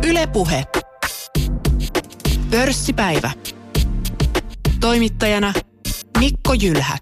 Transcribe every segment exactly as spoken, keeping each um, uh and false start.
Yle Puhe. Pörssipäivä. Toimittajana Mikko Jylhä.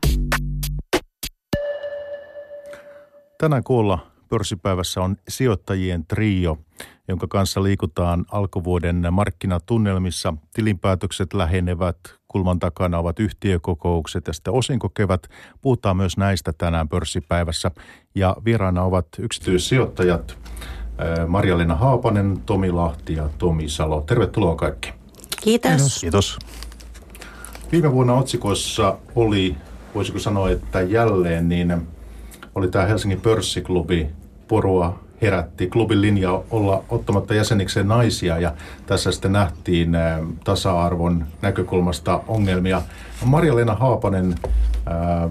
Tänään kuulla pörssipäivässä on sijoittajien trio, jonka kanssa liikutaan alkuvuoden markkinatunnelmissa. Tilinpäätökset lähenevät, kulman takana ovat yhtiökokoukset ja sitten osinkokevät. Puhutaan myös näistä tänään pörssipäivässä. Ja vieraana ovat yksityissijoittajat Marja-Leena Haapanen, Tomi Lahti ja Tomi Salo. Tervetuloa kaikki. Kiitos. Kiitos. Viime vuonna otsikoissa oli, voisiko sanoa, että jälleen niin oli tämä Helsingin pörssiklubi. Porua herätti klubin linja olla ottamatta jäsenikseen naisia ja tässä sitten nähtiin tasa-arvon näkökulmasta ongelmia. Marja-Leena Haapanen, ää,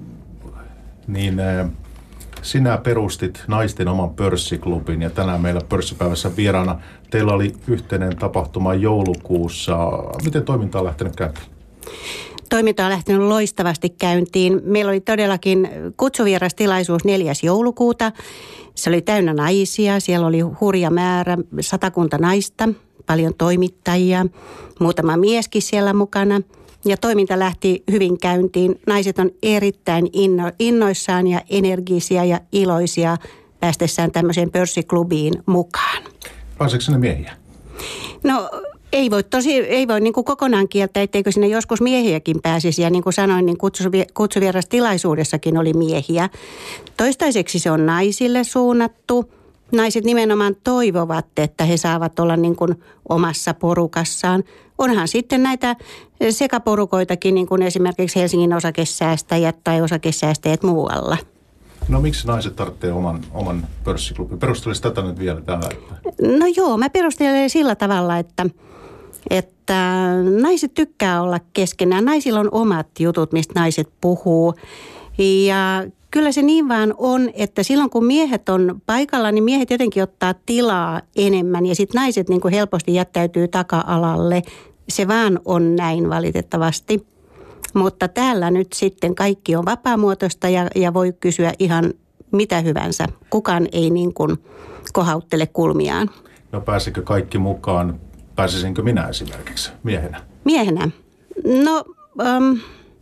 niin ää, sinä perustit naisten oman pörssiklubin ja tänään meillä pörssipäivässä vieraana. Teillä oli yhteinen tapahtuma joulukuussa. Miten toiminta on lähtenyt käyntiin? Toiminta on lähtenyt loistavasti käyntiin. Meillä oli todellakin kutsuvierastilaisuus neljäs joulukuuta. Se oli täynnä naisia. Siellä oli hurja määrä, satakunta naista, paljon toimittajia, muutama mieskin siellä mukana. Ja toiminta lähti hyvin käyntiin. Naiset on erittäin inno, innoissaan ja energisiä ja iloisia päästessään tämmöiseen pörssiklubiin mukaan. Pääseekö sinne miehiä? No ei voi, tosi, ei voi niin kuin kokonaan kieltää, etteikö sinne joskus miehiäkin pääsisi. Ja niin kuin sanoin, niin kutsuvierastilaisuudessakin oli miehiä. Toistaiseksi se on naisille suunnattu. Naiset nimenomaan toivovat, että he saavat olla niin kuin omassa porukassaan. Onhan sitten näitä sekaporukoitakin, niin kuin esimerkiksi Helsingin osakesäästäjät tai osakesäästäjät muualla. No miksi naiset tarvitsee oman, oman pörssiklubin? Perustelisi tätä nyt vielä tällä? No joo, mä perustelen sillä tavalla, että, että naiset tykkää olla keskenään. Naisilla on omat jutut, mistä naiset puhuu. Ja kyllä se niin vaan on, että silloin kun miehet on paikalla, niin miehet jotenkin ottaa tilaa enemmän. Ja sitten naiset niin kuin helposti jättäytyy taka-alalle. Se vaan on näin valitettavasti. Mutta täällä nyt sitten kaikki on vapaamuotoista ja, ja voi kysyä ihan mitä hyvänsä. Kukaan ei niin kuin kohauttele kulmiaan. No pääsikö kaikki mukaan? Pääsisinkö minä esimerkiksi miehenä? Miehenä? No, um,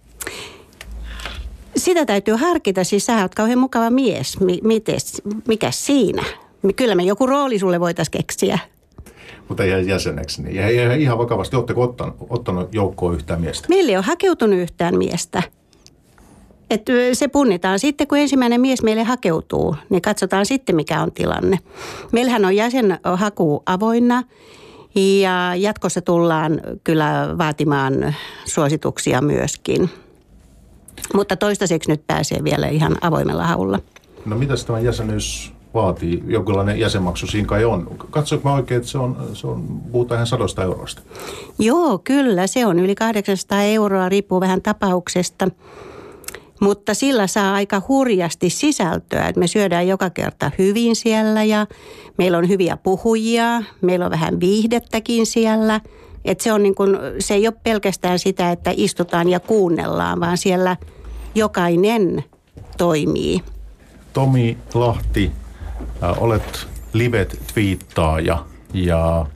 sitä täytyy harkita. Siis sä oot kauhean mukava mies. Mites, mikäs siinä? Kyllä me joku rooli sulle voitaisiin keksiä. Mutta ihan jäseneksi. Niin. Ja ihan vakavasti, ootteko ottanut, ottanut joukkoon yhtään miestä? Meillä ei ole hakeutunut yhtään miestä. Että se punnitaan sitten, kun ensimmäinen mies meille hakeutuu, niin katsotaan sitten, mikä on tilanne. Meillähän on jäsenhaku avoinna ja jatkossa tullaan kyllä vaatimaan suosituksia myöskin. Mutta toistaiseksi nyt pääsee vielä ihan avoimella haulla. No mitäs tämä jäsenyys vaatii? Jonkinlainen jäsenmaksu siinä kai on. Katsoinko mä oikein, että se on, se on puhutaan ihan sadoista euroista? Joo, kyllä. Se on yli kahdeksansataa euroa, riippuu vähän tapauksesta. Mutta sillä saa aika hurjasti sisältöä. Me syödään joka kerta hyvin siellä ja meillä on hyviä puhujia. Meillä on vähän viihdettäkin siellä. Et se, on niin kun, se ei ole pelkästään sitä, että istutaan ja kuunnellaan, vaan siellä jokainen toimii. Tomi Lahti, äh, olet live-twiittaaja ja,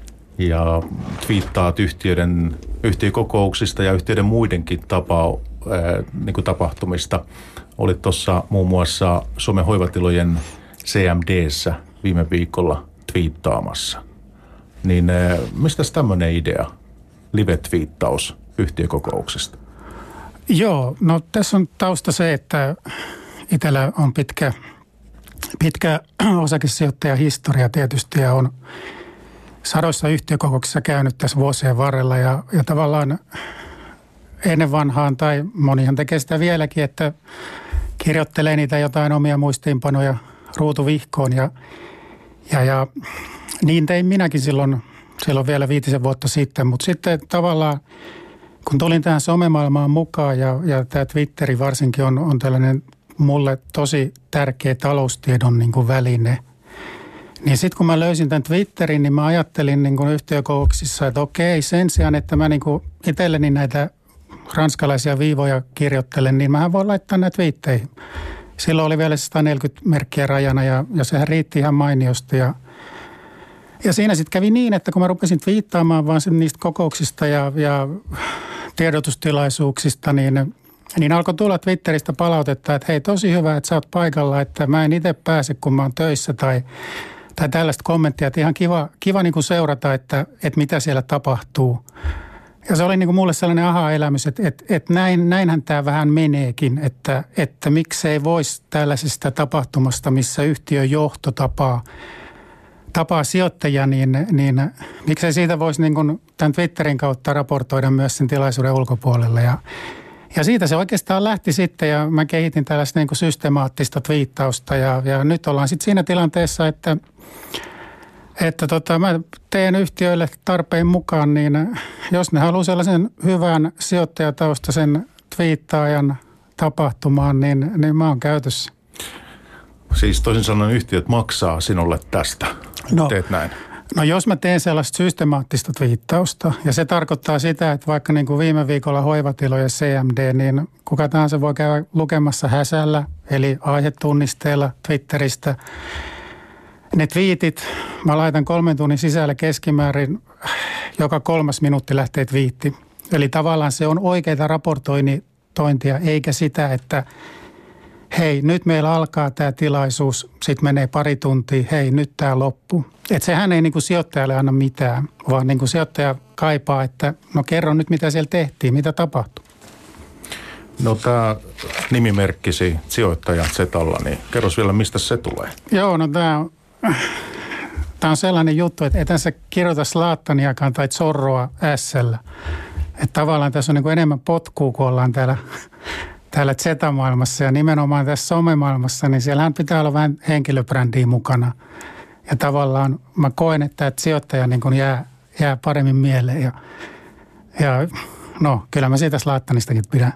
ja twiittaat yhtiöiden, yhtiökokouksista ja yhtiöiden muidenkin tapa, äh, niin kuin tapahtumista. Olit tuossa muun muassa Suomen hoivatilojen C M D:ssä viime viikolla twiittaamassa. Niin äh, mistäs tämmöinen idea, live-twiittaus yhtiökokouksesta? Joo, no tässä on tausta se, että itsellä on pitkä, pitkä osakesijoittajahistoria tietysti ja on sadoissa yhtiökokouksissa käynyt tässä vuosien varrella ja, ja tavallaan ennen vanhaan tai monihan tekee sitä vieläkin, että kirjoittelee niitä jotain omia muistiinpanoja ruutuvihkoon ja, ja, ja niin tein minäkin silloin, silloin vielä viitisen vuotta sitten, mutta sitten tavallaan kun tulin tähän somemaailmaan mukaan ja, ja tämä Twitteri varsinkin on, on tällainen mulle tosi tärkeä taloustiedon niin kuin väline. Niin sitten kun mä löysin tämän Twitterin, niin mä ajattelin niin kuin yhtiökokouksissa, että okei, sen sijaan, että mä niin kuin itselleni näitä ranskalaisia viivoja kirjoittelen, niin mähän voin laittaa näitä twiitteihin. Silloin oli vielä sata neljäkymmentä merkkiä rajana ja, ja sehän riitti ihan mainiosti. Ja, Ja siinä sitten kävi niin, että kun mä rupesin twiittaamaan vaan sen niistä kokouksista ja, ja tiedotustilaisuuksista, niin, niin alkoi tulla Twitteristä palautetta, että hei, tosi hyvä, että sä oot paikalla, että mä en itse pääse, kun mä oon töissä tai, tai tällaista kommenttia. Että ihan kiva, kiva niin kuin seurata, että, että mitä siellä tapahtuu. Ja se oli niin kuin mulle sellainen aha-elämys, että, että, että näin, näinhän tämä vähän meneekin, että, että miksei voisi tällaisesta tapahtumasta, missä yhtiön johto tapaa, tapaa sijoittajia, niin, niin miksei siitä voisi niin kuin tämän Twitterin kautta raportoida myös sen tilaisuuden ulkopuolelle. Ja, ja siitä se oikeastaan lähti sitten ja mä kehitin tällaista niin kuin systemaattista twiittausta ja, ja nyt ollaan sitten siinä tilanteessa, että Että tota, mä teen yhtiöille tarpeen mukaan, niin jos ne haluaa sellaisen hyvän sijoittajataustaisen twiittaajan tapahtumaan, niin, niin mä oon käytössä. Siis toisin sanoen yhtiöt maksaa sinulle tästä. No, Teet näin. No jos mä teen sellaista systemaattista twiittausta, ja se tarkoittaa sitä, että vaikka niin kuin viime viikolla hoivatilojen C M D, niin kuka tahansa voi käydä lukemassa häsällä, eli aihetunnisteella Twitteristä. Ne twiitit, mä laitan kolmen tunnin sisällä keskimäärin, joka kolmas minuutti lähtee twiitti. Eli tavallaan se on oikeaa raportointia, eikä sitä, että hei, nyt meillä alkaa tämä tilaisuus, sitten menee pari tuntia, hei, nyt tämä loppuu. Että sehän ei niin kuin sijoittajalle anna mitään, vaan niin kuin sijoittaja kaipaa, että no kerro nyt, mitä siellä tehtiin, mitä tapahtui. No tämä nimimerkkisi sijoittaja Zetalla, niin kerros vielä, mistä se tulee? Joo, no tämä on... Tämä on sellainen juttu, että etän sä kirjoita Zlataniakaan tai Zorroa S:llä. Että tavallaan tässä on niin kuin enemmän potkua, kun ollaan täällä, täällä Z-maailmassa ja nimenomaan tässä somemaailmassa, niin siellähän pitää olla vähän henkilöbrändiä mukana. Ja tavallaan mä koen, että, että sijoittaja niin kuin jää, jää paremmin mieleen ja, ja no kyllä mä siitä Zlatanistakin pidän.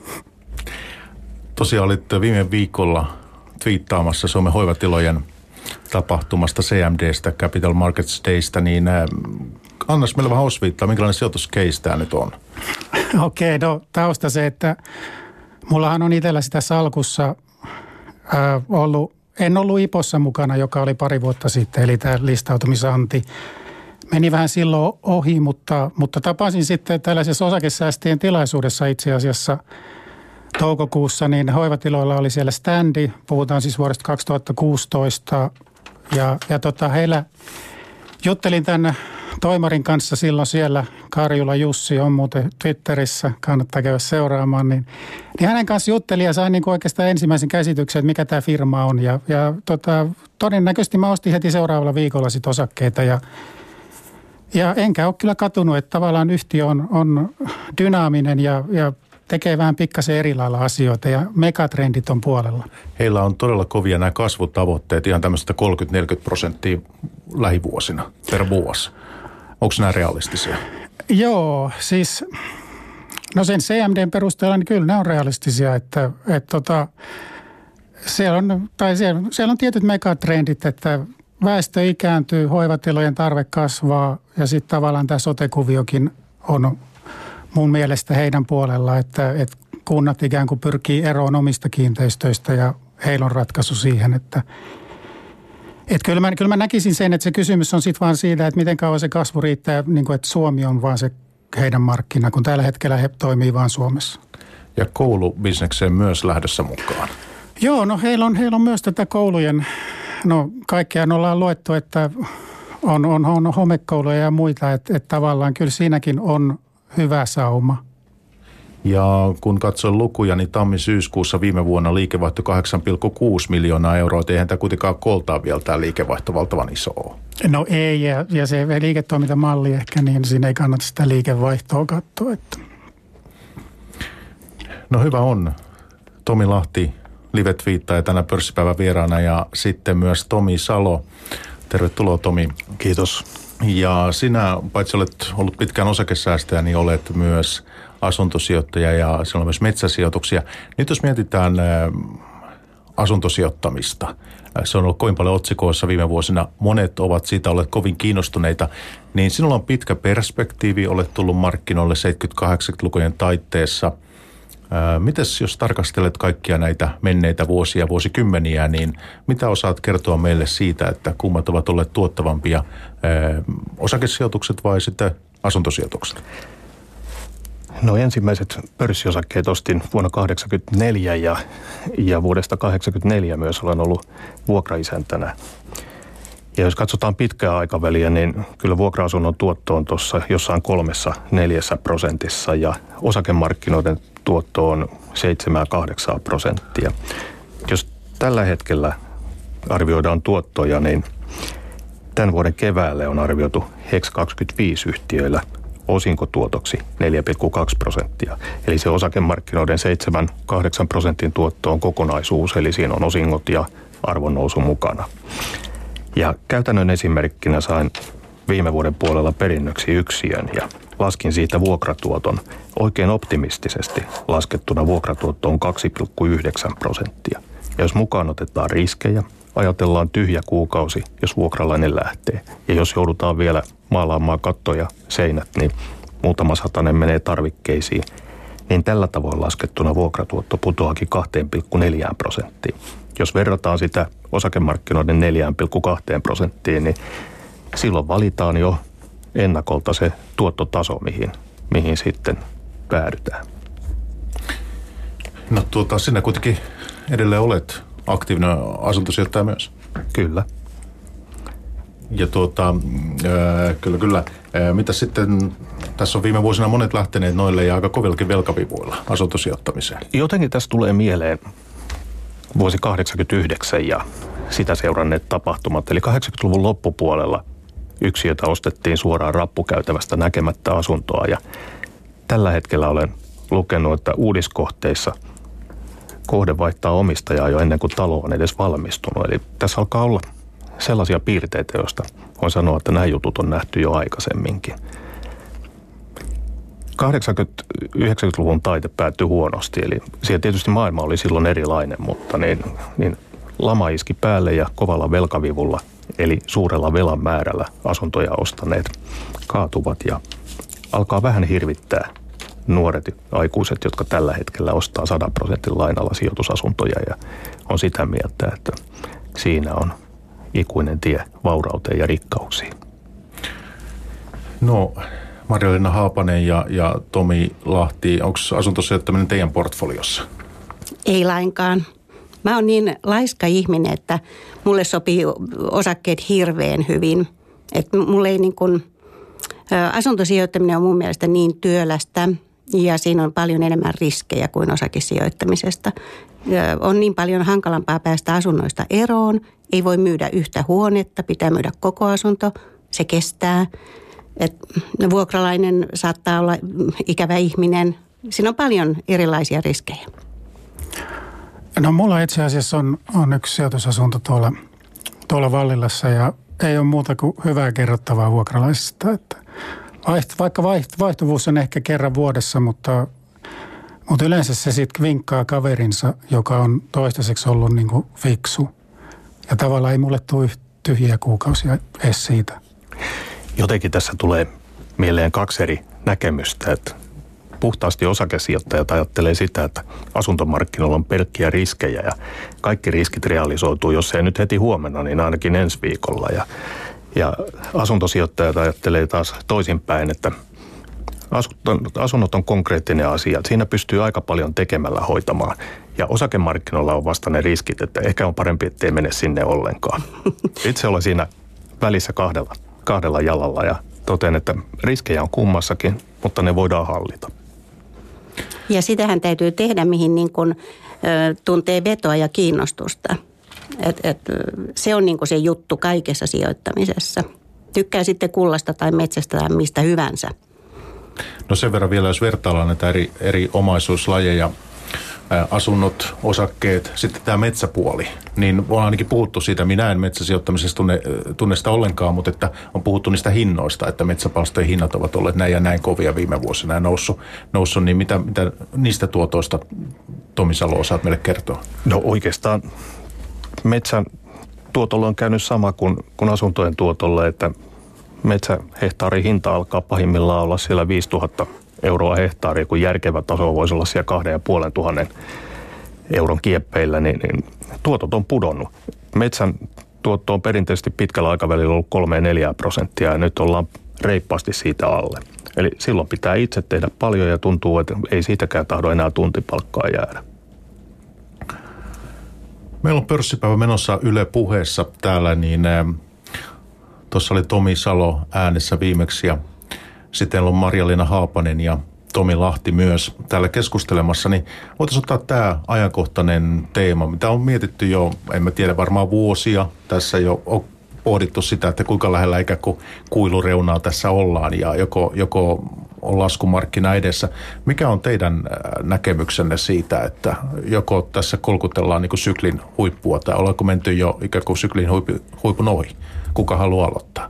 Tosiaan olit viime viikolla twiittaamassa Suomen hoivatilojen tapahtumasta C M D:stä, Capital Markets Daystä, niin äh, annas meille vähän osviittaa, minkälainen sijoituscase tämä nyt on? Okei, okay, no tausta se, että mullahan on itsellä sitä salkussa äh, ollut, en ollut IPOssa mukana, joka oli pari vuotta sitten, eli tämä listautumisanti. Meni vähän silloin ohi, mutta, mutta tapasin sitten tällaisessa osakesäästöjen tilaisuudessa itse asiassa toukokuussa, niin hoivatiloilla oli siellä standi, puhutaan siis vuodesta kaksituhattakuusitoista, ja, ja tota, heillä juttelin tämän toimarin kanssa silloin siellä, Karjula Jussi on muuten Twitterissä, kannattaa käydä seuraamaan, niin, niin hänen kanssa juttelin ja sain niin kuin oikeastaan ensimmäisen käsityksen, että mikä tämä firma on, ja, ja tota, todennäköisesti mä ostin heti seuraavalla viikolla sit osakkeita, ja Ja enkä ole kyllä katunut, että tavallaan yhtiö on, on dynaaminen ja, ja tekee vähän pikkasen eri lailla asioita ja megatrendit on puolella. Heillä on todella kovia nämä kasvutavoitteet, ihan tämmöistä kolmekymmentä neljäkymmentä prosenttia lähivuosina per vuosi. Onko nämä realistisia? Joo, siis no sen C M D:n perusteella niin kyllä nämä on realistisia, että, että tota, siellä, on, tai siellä, siellä on tietyt megatrendit, että väestö ikääntyy, hoivatilojen tarve kasvaa ja sitten tavallaan tämä sote-kuviokin on mun mielestä heidän puolella, että, että kunnat ikään kuin pyrkii eroon omista kiinteistöistä ja heillä on ratkaisu siihen, että, että kyllä, mä, kyllä mä näkisin sen, että se kysymys on sitten vaan siitä, että miten kauan se kasvu riittää, niin kuin, että Suomi on vaan se heidän markkina, kun tällä hetkellä he toimii vaan Suomessa. Ja koulubisnekseen myös lähdössä mukaan. Joo, no heillä on, heillä on myös tätä koulujen, no kaikkiaan ollaan luettu, että on, on, on homekouluja ja muita, että, että tavallaan kyllä siinäkin on hyvä sauma. Ja kun katson lukuja, niin tammi-syyskuussa viime vuonna liikevaihto kahdeksan pilkku kuusi miljoonaa euroa. Eihän tämä kuitenkaan koltaa vielä tämä liikevaihto valtavan iso ole. No ei, ja, ja se liiketoimintamalli ehkä, niin siinä ei kannata sitä liikevaihtoa katsoa. Että. No hyvä on. Tomi Lahti, live-twiittaja tänä pörssipäivän vieraana ja sitten myös Tomi Salo. Tervetuloa Tomi. Kiitos. Ja sinä, paitsi olet ollut pitkään osakesäästäjä, niin olet myös asuntosijoittaja ja siellä on myös metsäsijoituksia. Nyt jos mietitään asuntosijoittamista, se on ollut kovin paljon otsikoissa viime vuosina. Monet ovat siitä olleet kovin kiinnostuneita. Niin sinulla on pitkä perspektiivi, olet tullut markkinoille seitsemänkymmentä-kahdeksankymmentälukujen taitteessa. Mites jos tarkastelet kaikkia näitä menneitä vuosia, vuosikymmeniä, niin mitä osaat kertoa meille siitä, että kummat ovat olleet tuottavampia, osakesijoitukset vai sitten asuntosijoitukset? No ensimmäiset pörssiosakkeet ostin vuonna kahdeksankymmentäneljä ja, ja vuodesta kahdeksankymmentäneljä myös olen ollut vuokraisäntänä. Ja jos katsotaan pitkää aikaväliä, niin kyllä vuokra-asunnon tuotto on tuossa jossain kolmessa neljässä prosentissa ja osakemarkkinoiden tuotto on seitsemän kahdeksan prosenttia. Jos tällä hetkellä arvioidaan tuottoja, niin tämän vuoden keväälle on arvioitu Hex kaksikymmentäviisi yhtiöillä osinkotuotoksi neljä pilkku kaksi prosenttia. Eli se osakemarkkinoiden seitsemän kahdeksan prosentin tuotto on kokonaisuus, eli siinä on osingot ja arvonnousu mukana. Ja käytännön esimerkkinä sain viime vuoden puolella perinnöksi yksiön ja laskin siitä vuokratuoton. Oikein optimistisesti laskettuna vuokratuotto on kaksi pilkku yhdeksän prosenttia. Ja jos mukaan otetaan riskejä, ajatellaan tyhjä kuukausi, jos vuokralainen lähtee. Ja jos joudutaan vielä maalaamaan katto ja seinät, niin muutama satanen menee tarvikkeisiin. Niin tällä tavoin laskettuna vuokratuotto putoakin kaksi pilkku neljä prosenttia. Jos verrataan sitä osakemarkkinoiden neljä pilkku kaksi prosenttiin, niin silloin valitaan jo ennakolta se tuottotaso, mihin, mihin sitten päädytään. No tuota, sinä kuitenkin edelleen olet aktiivinen asuntosijoittaja myös. Kyllä. Ja tuota, ää, kyllä, kyllä. Ää, mitä sitten, tässä on viime vuosina monet lähteneet noille ja aika kovillakin velkavivuilla asuntosijoittamiseen. Jotenkin tässä tulee mieleen vuosi kahdeksankymmentäyhdeksän ja sitä seuranneet tapahtumat. Eli kahdeksankymmentäluvun loppupuolella yksiötä ostettiin suoraan rappukäytävästä näkemättä asuntoa. Ja tällä hetkellä olen lukenut, että uudiskohteissa kohde vaihtaa omistajaa jo ennen kuin talo on edes valmistunut. Eli tässä alkaa olla sellaisia piirteitä, joista voin sanoa, että nämä jutut on nähty jo aikaisemminkin. kahdeksankymmentä-yhdeksänkymmentäluvun taite päättyi huonosti, eli siellä tietysti maailma oli silloin erilainen, mutta niin, niin lama iski päälle ja kovalla velkavivulla, eli suurella velan määrällä asuntoja ostaneet kaatuvat ja alkaa vähän hirvittää nuoret aikuiset, jotka tällä hetkellä ostaa sadan prosentin lainalla sijoitusasuntoja ja on sitä mieltä, että siinä on ikuinen tie vaurauteen ja rikkauksiin. No, Marja-Leena Haapanen ja, ja Tomi Lahti, onko asuntosijoittaminen teidän portfoliossa? Ei lainkaan. Mä oon niin laiska ihminen, että mulle sopii osakkeet hirveän hyvin. Että mulle ei niin kuin, asuntosijoittaminen on mun mielestä niin työlästä ja siinä on paljon enemmän riskejä kuin osakesijoittamisesta. On niin paljon hankalampaa päästä asunnoista eroon. Ei voi myydä yhtä huonetta, pitää myydä koko asunto. Se kestää. Et vuokralainen saattaa olla ikävä ihminen. Siinä on paljon erilaisia riskejä. No mulla itse asiassa on, on yksi sijoitusasunto tuolla, tuolla Vallilassa ja ei ole muuta kuin hyvää kerrottavaa vuokralaisista. Että vaiht, vaikka vaiht, vaihtuvuus on ehkä kerran vuodessa, mutta, mutta yleensä se sitten vinkkaa kaverinsa, joka on toistaiseksi ollut niin kuin fiksu. Ja tavallaan ei mulle tule tyhjiä kuukausia edes siitä. Jotenkin tässä tulee mieleen kaksi eri näkemystä, että puhtaasti osakesijoittajat ajattelee sitä, että asuntomarkkinoilla on pelkkiä riskejä ja kaikki riskit realisoituu, jos ei nyt heti huomenna, niin ainakin ensi viikolla. Ja, ja asuntosijoittajat ajattelee taas toisinpäin, että asunnot on konkreettinen asia. Siinä pystyy aika paljon tekemällä hoitamaan. Ja osakemarkkinoilla on vasta ne riskit, että ehkä on parempi, ettei mene sinne ollenkaan. Itse olen siinä välissä kahdella, kahdella jalalla ja totean, että riskejä on kummassakin, mutta ne voidaan hallita. Ja sitähän täytyy tehdä, mihin niin kuin, ö, tuntee vetoa ja kiinnostusta. Et, et, se on niin kuin se juttu kaikessa sijoittamisessa. Tykkää sitten kullasta tai metsästä tai mistä hyvänsä. No sen verran vielä, jos vertaillaan näitä eri, eri omaisuuslajeja, ää, asunnot, osakkeet, sitten tämä metsäpuoli, niin on ainakin puhuttu siitä, minä en metsäsijoittamisesta tunne, tunne sitä ollenkaan, mutta että on puhuttu niistä hinnoista, että metsäpalstojen hinnat ovat olleet näin ja näin kovia viime vuosina ja noussut, noussut niin mitä, mitä niistä tuotoista Tomi Salo osaat meille kertoa? No oikeastaan metsän tuotolla on käynyt sama kuin, kuin asuntojen tuotolla, että metsähehtaarin hinta alkaa pahimmillaan olla siellä viisituhatta euroa hehtaari, kun järkevä taso voisi olla siellä kahden ja puolen tuhannen euron kieppeillä, niin, niin tuotot on pudonnut. Metsän tuotto on perinteisesti pitkällä aikavälillä ollut kolme neljä prosenttia ja nyt ollaan reippaasti siitä alle. Eli silloin pitää itse tehdä paljon ja tuntuu, että ei siitäkään tahdo enää tuntipalkkaa jäädä. Meillä on pörssipäivä menossa Yle Puheessa täällä, niin tuossa oli Tomi Salo äänessä viimeksi ja sitten on Marja-Leena Haapanen ja Tomi Lahti myös täällä keskustelemassa, niin voitaisiin ottaa tämä ajankohtainen teema, mitä on mietitty jo, en mä tiedä, varmaan vuosia. Tässä jo on pohdittu sitä, että kuinka lähellä ikään kuin kuilureunaa tässä ollaan ja joko, joko on laskumarkkina edessä. Mikä on teidän näkemyksenne siitä, että joko tässä kolkutellaan niin kuin syklin huippua tai ollaanko menty jo ikään kuin syklin huipu, huipun ohi? Kuka haluaa aloittaa?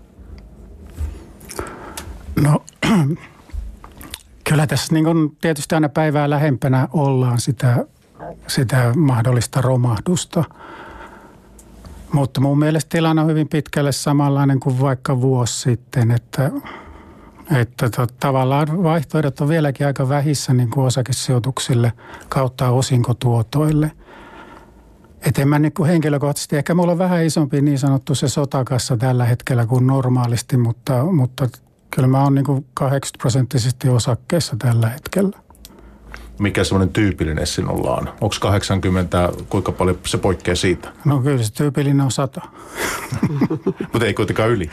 No... Kyllä tässä niin kuin tietysti aina päivää lähempänä ollaan sitä, sitä mahdollista romahdusta. Mutta mun mielestä tilanne on hyvin pitkälle samanlainen kuin vaikka vuosi sitten, että, että to, tavallaan vaihtoehdot on vieläkin aika vähissä niin kuin osakesijoituksille kautta osinkotuotoille. Et en mä niin kuin henkilökohtaisesti, ehkä mulla on vähän isompi niin sanottu se sotakassa tällä hetkellä kuin normaalisti, mutta, mutta kyllä mä oon niin kuin kahdeksankymmentä prosenttisesti osakkeessa tällä hetkellä. Mikä semmoinen tyypillinen sinulla on? Onko kahdeksankymmentä, kuinka paljon se poikkeaa siitä? No kyllä se tyypillinen on sata. Mutta ei kuitenkaan yli.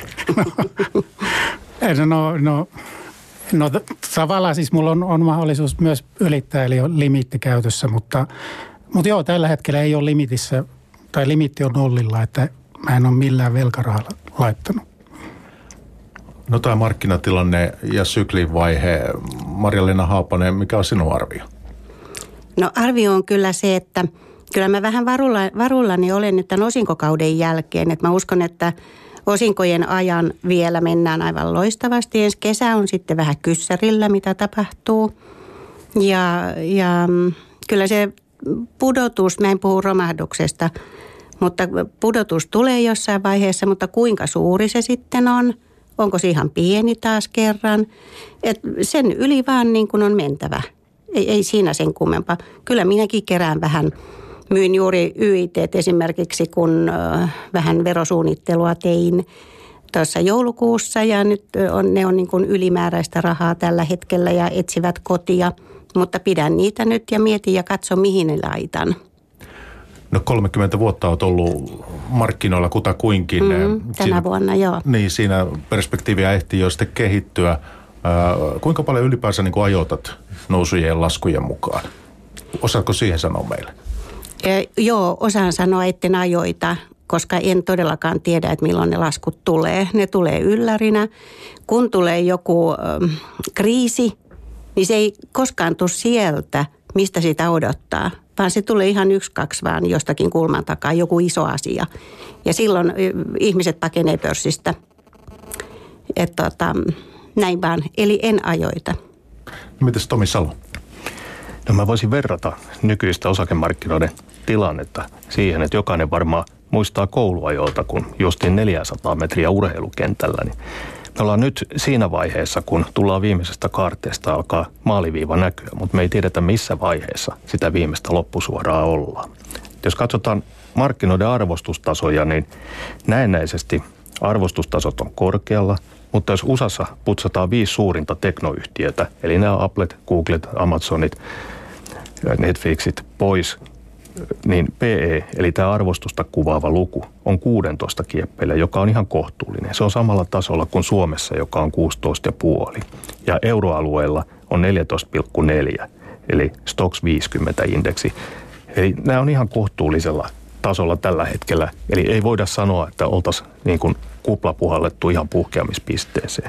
no, no, no, no tavallaan siis mulla on, on mahdollisuus myös ylittää, eli on limitti käytössä, mutta, mutta joo, tällä hetkellä ei ole limitissä, tai limitti on nollilla, että mä en ole millään velkarahalla laittanut. No tämä markkinatilanne ja syklin vaihe. Marja-Leena Haapanen, mikä on sinun arvio? No arvio on kyllä se, että kyllä mä vähän varulla, varullani olen nyt tämän osinkokauden jälkeen. Että mä uskon, että osinkojen ajan vielä mennään aivan loistavasti. Ensi kesä on sitten vähän kyssärillä, mitä tapahtuu. Ja, ja kyllä se pudotus, mä en puhu romahduksesta, mutta pudotus tulee jossain vaiheessa, mutta kuinka suuri se sitten on? Onko se ihan pieni taas kerran? Et sen yli vaan niin kuin on mentävä. Ei, ei siinä sen kummempaa. Kyllä minäkin kerään vähän. Myin juuri Y I T esimerkiksi, kun äh, vähän verosuunnittelua tein tuossa joulukuussa. Ja nyt on, ne on niin kuin ylimääräistä rahaa tällä hetkellä ja etsivät kotia. Mutta pidän niitä nyt ja mietin ja katson, mihin ne laitan. No kolmekymmentä vuotta olet ollut markkinoilla kutakuinkin. Mm, tänä siinä, vuonna, joo. Niin, siinä perspektiiviä ehtii jo sitten kehittyä. Äh, kuinka paljon ylipäänsä niin kuin ajoitat nousujen ja laskujen mukaan? Osaatko siihen sanoa meille? E, joo, osaan sanoa, etten ajoita, koska en todellakaan tiedä, että milloin ne laskut tulee. Ne tulee yllärinä. Kun tulee joku ähm, kriisi, niin se ei koskaan tule sieltä, mistä sitä odottaa, vaan se tulee ihan yksi, kaksi vaan jostakin kulman takaa, joku iso asia. Ja silloin ihmiset pakenee pörssistä. Että tota, näin vaan. Eli en ajoita. No, mites Tomi Salo? No mä voisin verrata nykyistä osakemarkkinoiden tilannetta siihen, että jokainen varmaan muistaa kouluajoilta, kun justiin neljäsataa metriä urheilukentällä, niin me ollaan nyt siinä vaiheessa, kun tullaan viimeisestä kaarteesta, alkaa maaliviiva näkyä, mutta me ei tiedetä missä vaiheessa sitä viimeistä loppusuoraa ollaan. Jos katsotaan markkinoiden arvostustasoja, niin näennäisesti arvostustasot on korkealla, mutta jos U S A:ssa putsataan viisi suurinta teknoyhtiötä, eli nämä Applet, Googlet, Amazonit, Netflixit pois, niin P E, eli tämä arvostusta kuvaava luku, on kuusitoista kieppeillä, joka on ihan kohtuullinen. Se on samalla tasolla kuin Suomessa, joka on kuusitoista pilkku viisi. Ja euroalueella on neljätoista pilkku neljä, eli Stoxx viisikymmentä-indeksi. Eli nämä on ihan kohtuullisella tasolla tällä hetkellä. Eli ei voida sanoa, että oltaisiin niin kuin kupla puhallettu ihan puhkeamispisteeseen.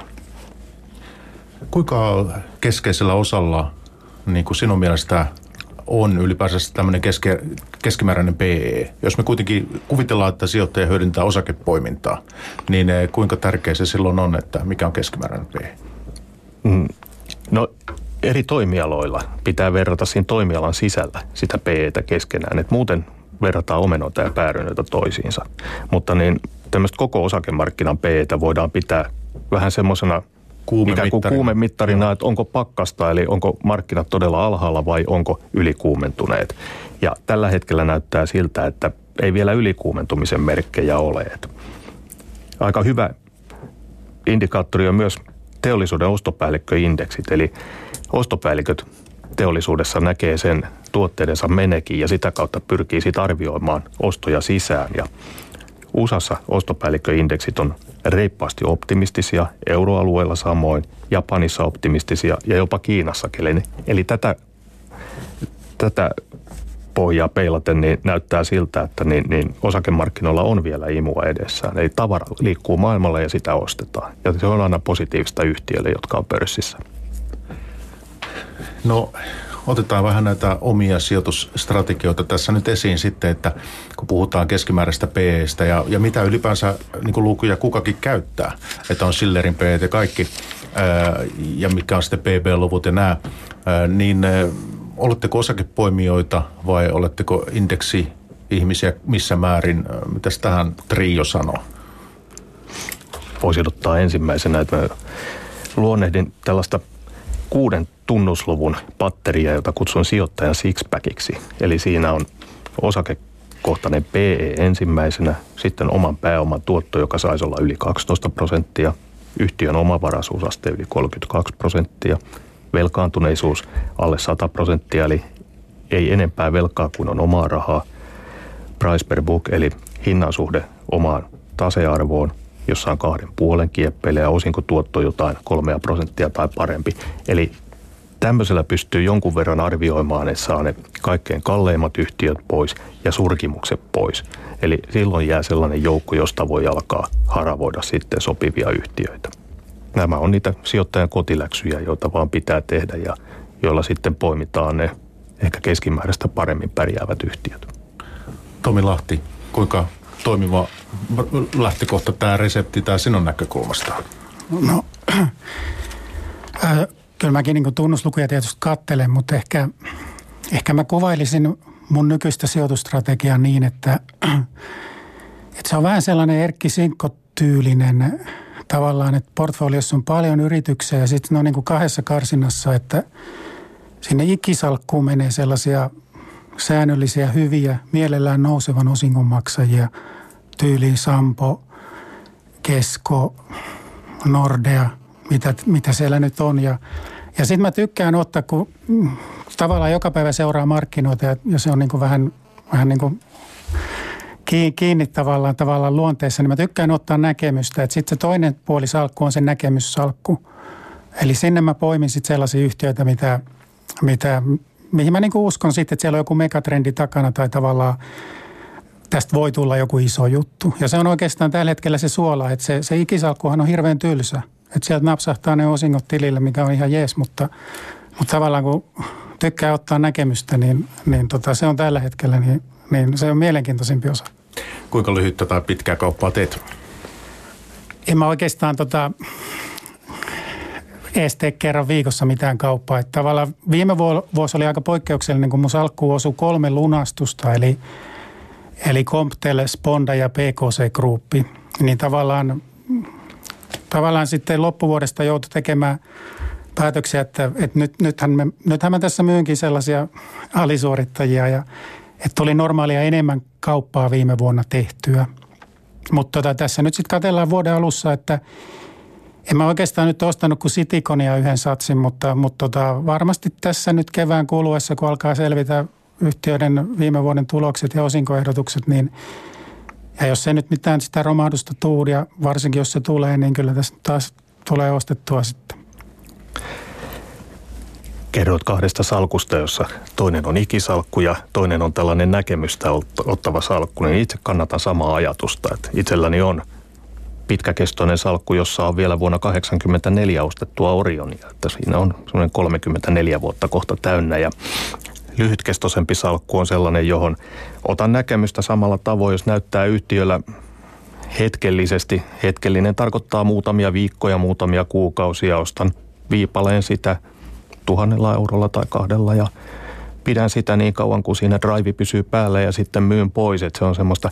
Kuinka keskeisellä osalla niin kuin sinun mielestä on ylipäänsä tämmöinen keske, keskimääräinen P E? Jos me kuitenkin kuvitellaan, että sijoittaja hyödyntää osakepoimintaa, niin kuinka tärkeä se silloin on, että mikä on keskimääräinen P E? Mm, no eri toimialoilla pitää verrata siinä toimialan sisällä sitä P E:tä keskenään, että muuten verrataan omenoita ja päärynöitä toisiinsa. Mutta niin tämmöistä koko osakemarkkinan P E:tä voidaan pitää vähän semmoisena ikään kuin kuumemittarina, että onko pakkasta, eli onko markkinat todella alhaalla vai onko ylikuumentuneet. Ja tällä hetkellä näyttää siltä, että ei vielä ylikuumentumisen merkkejä ole. Aika hyvä indikaattori on myös teollisuuden ostopäällikköindeksit, eli ostopäälliköt teollisuudessa näkee sen tuotteidensa menekin ja sitä kautta pyrkii sit arvioimaan ostoja sisään. Ja U S A:ssa ostopäällikköindeksit on reippaasti optimistisia, euroalueella samoin, Japanissa optimistisia ja jopa Kiinassakin. Eli, eli tätä, tätä pohjaa peilaten niin näyttää siltä, että niin, niin osakemarkkinoilla on vielä imua edessään. Eli tavara liikkuu maailmalla ja sitä ostetaan. Ja se on aina positiivista yhtiöille, jotka on pörssissä. No, otetaan vähän näitä omia sijoitusstrategioita tässä nyt esiin sitten, että kun puhutaan keskimääräistä P E:stä ja, ja mitä ylipäänsä niin kuin lukuja kukakin käyttää, että on Shillerin P E ja kaikki, ää, ja mikä on sitten P B-luvut ja nämä, ää, niin ää, oletteko osakepoimijoita vai oletteko indeksi-ihmisiä missä määrin? Mitäs tähän Trio sanoo? Voisin ottaa ensimmäisenä, että mä luonnehdin tällaista kuuden tunnusluvun patteria, jota kutsun sijoittajan sixpackiksi. Eli siinä on osakekohtainen P E ensimmäisenä, sitten oman pääoman tuotto, joka saisi olla yli kaksitoista prosenttia, yhtiön omavaraisuusaste yli kolmekymmentäkaksi prosenttia, velkaantuneisuus alle sata prosenttia, eli ei enempää velkaa kuin on omaa rahaa, price per book, eli hinnan suhde omaan tasearvoon, jossa on kahden puolen kieppeille ja osinkotuotto jotain kolmea prosenttia tai parempi. Eli tämmöisellä pystyy jonkun verran arvioimaan, että saa ne kaikkein kalleimmat yhtiöt pois ja surkimukset pois. Eli silloin jää sellainen joukko, josta voi alkaa haravoida sitten sopivia yhtiöitä. Nämä on niitä sijoittajan kotiläksyjä, joita vaan pitää tehdä ja joilla sitten poimitaan ne ehkä keskimääräistä paremmin pärjäävät yhtiöt. Tomi Lahti, kuinka toimiva lähtökohta tämä resepti tämä sinun näkökulmasta? No, äh, kyllä mäkin niin tunnuslukuja tietysti katselen, mutta ehkä, ehkä mä kuvailisin mun nykyistä sijoitustrategiaa niin, että, että se on vähän sellainen Erkki Sinkko-tyylinen tavallaan, että portfoliossa on paljon yrityksiä ja sitten ne on niin kuin kahdessa karsinnassa, että sinne ikisalkkuun menee sellaisia säännöllisiä, hyviä, mielellään nousevan osingonmaksajia, tyyliin Sampo, Kesko, Nordea, mitä, mitä siellä nyt on. Ja, ja sitten mä tykkään ottaa, kun mm, tavallaan joka päivä seuraa markkinoita ja, ja se on niin kuin vähän, vähän niin kuin kiinni tavallaan, tavallaan luonteessa, niin mä tykkään ottaa näkemystä. Että sitten se toinen puoli salkku on se näkemyssalkku. Eli sinne mä poimin sitten sellaisia yhtiöitä, mitä, mitä, mihin mä niin kuin uskon sitten, että siellä on joku megatrendi takana tai tavallaan tästä voi tulla joku iso juttu. Ja se on oikeastaan tällä hetkellä se suola, että se, se ikisalkkuhan on hirveän tylsä. Että sieltä napsahtaa ne osingot tilille, mikä on ihan jees, mutta, mutta tavallaan kun tykkää ottaa näkemystä, niin, niin tota, se on tällä hetkellä, niin, niin se on mielenkiintoisempi osa. Kuinka lyhyttä tai pitkää kauppaa teet? En mä oikeastaan tota, edes tee kerran viikossa mitään kauppaa. Että tavallaan viime vuosi oli aika poikkeuksellinen, kun mun salkkuun osui kolme lunastusta, eli Eli Comptel, Sponda ja P K C-gruppi, niin tavallaan, tavallaan sitten loppuvuodesta joutui tekemään päätöksiä, että, että nyt, nythän, me, nythän mä tässä myynkin sellaisia alisuorittajia ja että tuli normaalia enemmän kauppaa viime vuonna tehtyä. Mutta tota, tässä nyt sitten katsellaan vuoden alussa, että en mä oikeastaan nyt ostanut kuin Cityconia yhden satsin, mutta, mutta tota, varmasti tässä nyt kevään kuluessa, kun alkaa selvitä yhtiöiden viime vuoden tulokset ja osinkoehdotukset, niin ja jos se nyt mitään sitä romahdusta tuu, ja varsinkin jos se tulee, niin kyllä tästä taas tulee ostettua sitten. Kerroit kahdesta salkusta, jossa toinen on ikisalkku ja toinen on tällainen näkemystä ottava salkku, niin itse kannatan samaa ajatusta. Että itselläni on pitkäkestoinen salkku, jossa on vielä vuonna kahdeksankymmentäneljä ostettua Orionia, että siinä on semmoinen kolmekymmentäneljä vuotta kohta täynnä ja lyhytkestoisempi salkku on sellainen, johon otan näkemystä samalla tavoin, jos näyttää yhtiöllä hetkellisesti. Hetkellinen tarkoittaa muutamia viikkoja, muutamia kuukausia. Ostan viipaleen sitä tuhannella eurolla tai kahdella ja pidän sitä niin kauan, kun siinä drive pysyy päällä ja sitten myyn pois. Että se on semmoista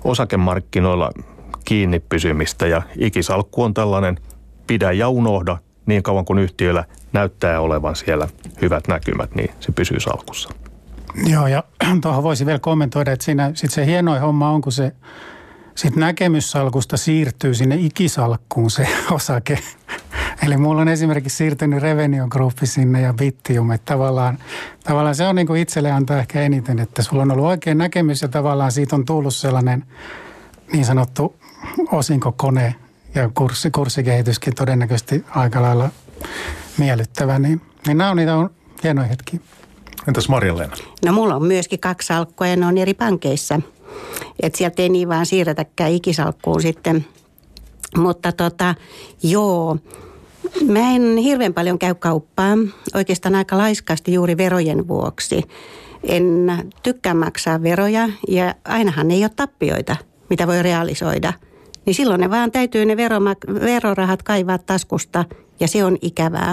osakemarkkinoilla kiinni pysymistä ja ikisalkku on tällainen pidä ja unohda niin kauan kuin yhtiöllä näyttää olevan siellä hyvät näkymät, niin se pysyy salkussa. Joo, ja tuohon voisi vielä kommentoida, että siinä sit se hienoin homma on, kun se sit näkemyssalkusta siirtyy sinne ikisalkkuun se osake. Eli mulla on esimerkiksi siirtynyt Revenio Group sinne ja Bittium, että tavallaan, tavallaan se on niin kuin itselle antaa ehkä eniten, että sulla on ollut oikein näkemys ja tavallaan siitä on tullut sellainen niin sanottu osinkokone ja kurssi, kurssikehityskin todennäköisesti aika lailla miellyttävä, niin, niin nämä on niitä on hienoja hetkiä. Entäs Marja-Leena? No mulla on myöskin kaksi salkkua ja ne on eri pankeissa. Että sieltä ei niin vaan siirretäkään ikisalkkuun sitten. Mutta tota, joo, mä en hirveän paljon käy kauppaan. Oikeastaan aika laiskasti juuri verojen vuoksi. En tykkää maksaa veroja ja ainahan ei ole tappioita, mitä voi realisoida. Niin silloin ne vaan täytyy ne veromak- verorahat kaivaa taskusta ja se on ikävää.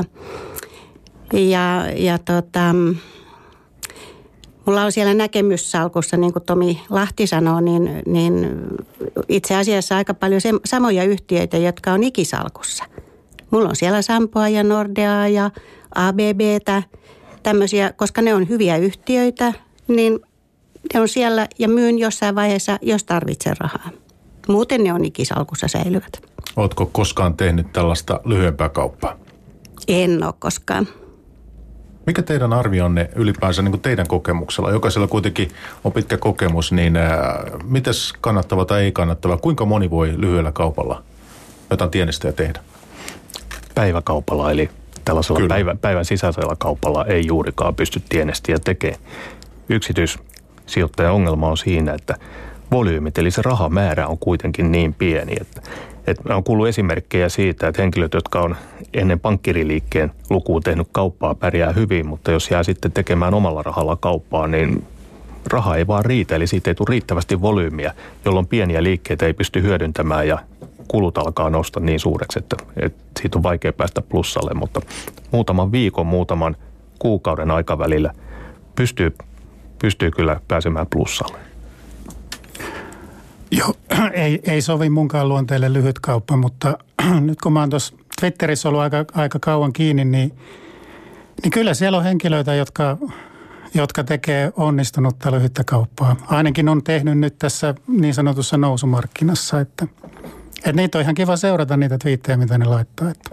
Ja, ja tota... Mulla on siellä näkemyssalkussa, niin kuin Tomi Lahti sanoo, niin, niin itse asiassa aika paljon se, samoja yhtiöitä, jotka on ikisalkussa. Mulla on siellä Sampoa ja Nordeaa ja A B B:tä, tämmöisiä, koska ne on hyviä yhtiöitä, niin ne on siellä ja myyn jossain vaiheessa, jos tarvitsen rahaa. Muuten ne on ikisalkussa säilyvät. Ootko koskaan tehnyt tällaista lyhyempää kauppaa? En ole koskaan. Mikä teidän arvionne ylipäänsä niin kuin teidän kokemuksella? Jokaisella kuitenkin on pitkä kokemus, niin äh, mites kannattava tai ei kannattava? Kuinka moni voi lyhyellä kaupalla jotain tienestiä tehdä? Päiväkaupalla, eli tällaisella päivä, päivän sisäisellä kaupalla ei juurikaan pysty tienestiä tekemään. Yksityissijoittajan ongelma on siinä, että volyymit, eli se rahamäärä on kuitenkin niin pieni, että Että on kuullut esimerkkejä siitä, että henkilöt, jotka on ennen pankkiriliikkeen lukuun tehnyt kauppaa, pärjää hyvin, mutta jos jää sitten tekemään omalla rahalla kauppaa, niin raha ei vaan riitä, eli siitä ei tule riittävästi volyymiä, jolloin pieniä liikkeitä ei pysty hyödyntämään ja kulut alkaa nousta niin suureksi, että, että siitä on vaikea päästä plussalle, mutta muutaman viikon, muutaman kuukauden aikavälillä pystyy, pystyy kyllä pääsemään plussalle. Joo, ei, ei sovi munkaan luonteelle lyhyt kauppa, mutta nyt kun mä oon tuossa Twitterissä ollut aika, aika kauan kiinni, niin, niin kyllä siellä on henkilöitä, jotka, jotka tekee onnistunutta lyhyttä kauppaa. Ainakin on tehnyt nyt tässä niin sanotussa nousumarkkinassa, että, että niitä on ihan kiva seurata niitä twiittejä, mitä ne laittaa. Että.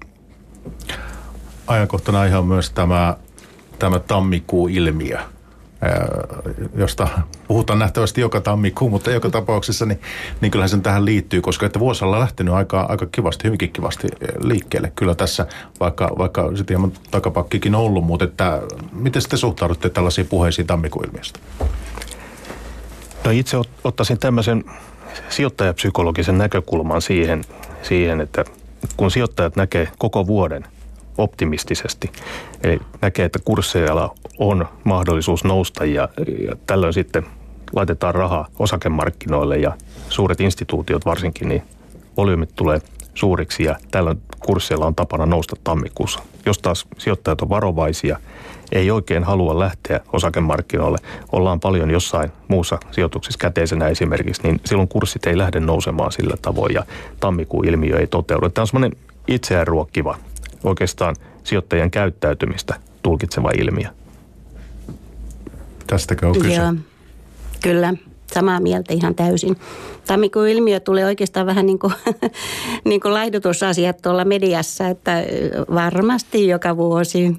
Ajankohtana ihan myös tämä, tämä tammikuun-ilmiö, josta puhutaan nähtävästi joka tammikuu, mutta joka tapauksessa, niin, niin kyllähän sen tähän liittyy, koska että vuosi on lähtenyt aika, aika kivasti, hyvinkin kivasti liikkeelle. Kyllä tässä, vaikka, vaikka sitten hieman takapakkikin on ollut, mutta että miten te suhtaudutte tällaisiin puheisiin tammikuun ilmiöstä? No itse ottaisin tämmöisen sijoittajapsykologisen näkökulman siihen, siihen, että kun sijoittajat näkee koko vuoden optimistisesti, eli näkee, että kursseilla on mahdollisuus nousta ja, ja tällöin sitten laitetaan rahaa osakemarkkinoille ja suuret instituutiot varsinkin, niin volyymit tulee suuriksi ja tällöin kursseilla on tapana nousta tammikuussa. Jos taas sijoittajat on varovaisia, ei oikein halua lähteä osakemarkkinoille, ollaan paljon jossain muussa sijoituksessa käteisenä esimerkiksi, niin silloin kurssit ei lähde nousemaan sillä tavoin ja tammikuun ilmiö ei toteudu. Tämä on semmoinen itseään ruokkiva, oikeastaan sijoittajien käyttäytymistä tulkitseva ilmiö. Tästäkö on kyse? Joo, kyllä. Samaa mieltä ihan täysin. Tammikuun ilmiö tulee oikeastaan vähän niin kuin, niin kuin laihdutusasiat tuolla mediassa, että varmasti joka vuosi.